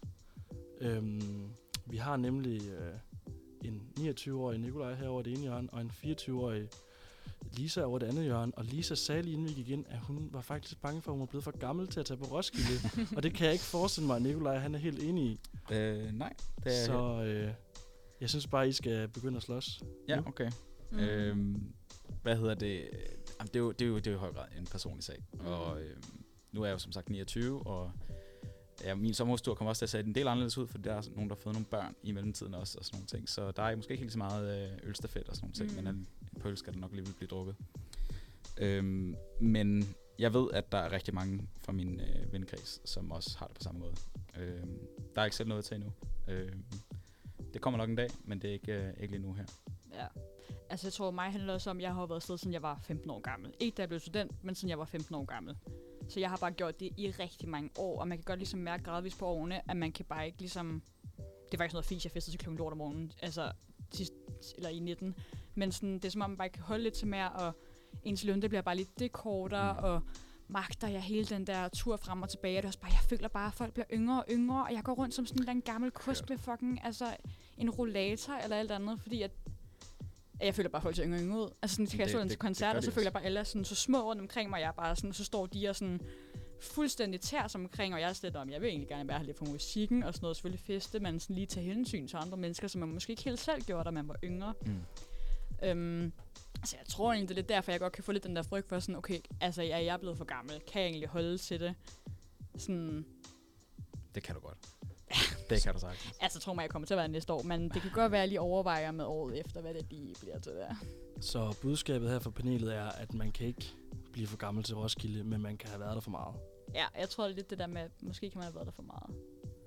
Øhm, vi har nemlig øh, en niogtyve-årig Nikolaj herovre det ene hjørne, og en fireogtyve-årig Lisa over det andet hjørne. Og Lisa sagde lige inden vi gik ind, at hun var faktisk bange for, at hun var blevet for gammel til at tage på Roskilde. Og det kan jeg ikke forestille mig, at Nikolaj han er helt enig i. Øh, nej, det er Så øh, jeg synes bare, I skal begynde at slås. Ja, nu. okay. Mm. Øhm, hvad hedder det? Jamen, det, er jo, det, er jo, det er jo i høj grad en personlig sag. Mm. Og øh, nu er jeg jo som sagt niogtyve, og ja, min sommerhustur kommer også til at se en del anderledes ud, for der er nogen, der har fået nogle børn i mellemtiden også, og sådan nogle ting. Så der er måske ikke helt så meget øh, ølstafet og sådan nogle ting, mm. men en, en pøl skal der nok alligevel blive drukket. Øhm, men jeg ved, at der er rigtig mange fra min øh, vennekreds, som også har det på samme måde. Øhm, der er ikke selv noget til endnu. Øhm, det kommer nok en dag, men det er ikke, øh, ikke lige nu her. Ja. Altså jeg tror, mig handler også om, at jeg har været afsted, siden jeg var femten år gammel. Ikke da jeg blev student, men siden jeg var femten år gammel. Så jeg har bare gjort det i rigtig mange år, og man kan godt ligesom mærke gradvist på årene, at man kan bare ikke ligesom... Det er faktisk noget fisk, jeg fester til klokken lort om morgenen, altså sidst, eller i nitten. Men sådan, det er som om, man bare kan holde lidt til mere, og ens løn, det bliver bare lidt det kortere, og magter jeg hele den der tur frem og tilbage. Det er også bare, jeg føler bare, at folk bliver yngre og yngre, og jeg går rundt som sådan en gammel kusk med fucking, altså en rollator eller alt andet, fordi at jeg føler bare, at folk ser yngre og yngre ud. Altså sådan, kan jeg stå til koncert, og så føler jeg bare, at alle er sådan så små rundt omkring mig, og jeg er bare sådan, så står de og sådan fuldstændig tær som omkring, og jeg er slet om, jeg vil egentlig gerne være her lidt for musikken, og sådan noget, selvfølgelig feste, men sådan lige tage hensyn til andre mennesker, som man måske ikke helt selv gjorde, da man var yngre. Mm. Øhm, altså jeg tror egentlig, det er lidt derfor, jeg godt kan få lidt den der frygt for sådan, okay, altså jeg, jeg er blevet for gammel, kan jeg egentlig holde til det? Sådan... Det kan du godt. Det kan du sagtens. Altså, tror mig, jeg kommer til at være næste år, men det kan godt være, at jeg lige overvejer med året efter, hvad det lige bliver til der. Så budskabet her fra panelet er, at man kan ikke blive for gammel til Roskilde, men man kan have været der for meget. Ja, jeg tror lidt det der med, at måske kan man have været der for meget.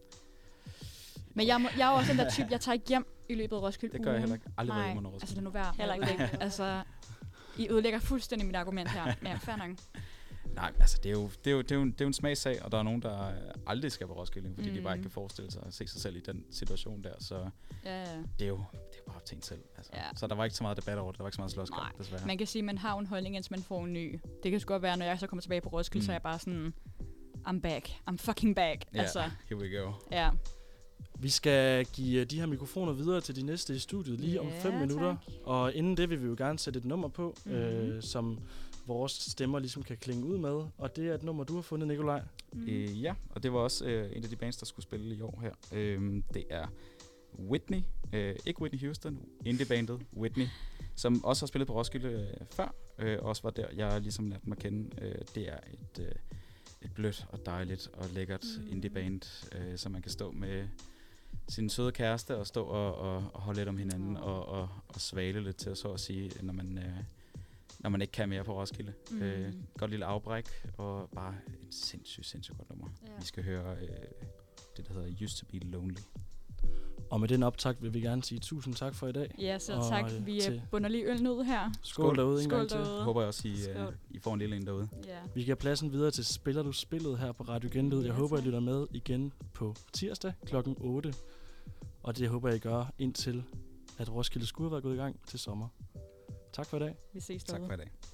Men jeg, må, jeg er også den der type, jeg tager ikke hjem i løbet af Roskilde. Det gør jeg heller ikke. Aldrig Nej, været hjemme under Roskilde. Altså, det er nu værd. Heller ikke. Altså, I ødelægger fuldstændig mit argument her. Ja, fair nok. Nej, altså det er, jo, det, er jo, det, er jo en, det er jo en smagsag, og der er nogen, der aldrig skal på Roskilde, fordi mm. de bare ikke kan forestille sig at se sig selv i den situation der, så ja, ja. det er jo det er bare op til en selv. Altså. Ja. Så der var ikke så meget debat over det, der var ikke så meget slåskamp, desværre. Man kan sige, at man har en holdning, indtil man får en ny. Det kan sgu godt være, når jeg så kommer tilbage på Roskilde, mm. så er jeg bare sådan, I'm back, I'm fucking back. Yeah, altså, here we go. Ja. Vi skal give de her mikrofoner videre til de næste i studiet lige yeah, om fem minutter. Tak. Og inden det vil vi jo gerne sætte et nummer på, mm-hmm. øh, som vores stemmer ligesom kan klinge ud med. Og det er et nummer, du har fundet, Nikolaj. Mm. Øh, ja, og det var også øh, en af de bands, der skulle spille i år her. Øh, det er Whitney, øh, ikke Whitney Houston, indie-bandet Whitney, som også har spillet på Roskilde øh, før. Øh, også var der, jeg ligesom lærte dem at kende. Øh, det er et, øh, et blødt og dejligt og lækkert mm. indie-band, øh, som man kan stå med sin søde kæreste og stå og, og, og holde lidt om hinanden og, og, og svale lidt til, så at sige, når man, øh, når man ikke kan mere på Roskilde. Mm. Øh, godt lille afbræk og bare et sindssygt, sindssygt godt nummer. Ja. Vi skal høre øh, det, der hedder Used to be Lonely. Og med den optakt vil vi gerne sige tusind tak for i dag. Ja, så tak. Vi bunder lige øllen ud her. Skål derude en gang til. Håber jeg også, I, uh, I får en lille en derude. Yeah. Vi giver pladsen videre til Spiller du spillet her på Radio Genlyd. Jeg ja, håber, I lytter med igen på tirsdag klokken otte. Og det håber jeg, I gør indtil, at Roskilde skulle have været gået i gang til sommer. Tak for i dag. Vi ses derude. Tak for i dag.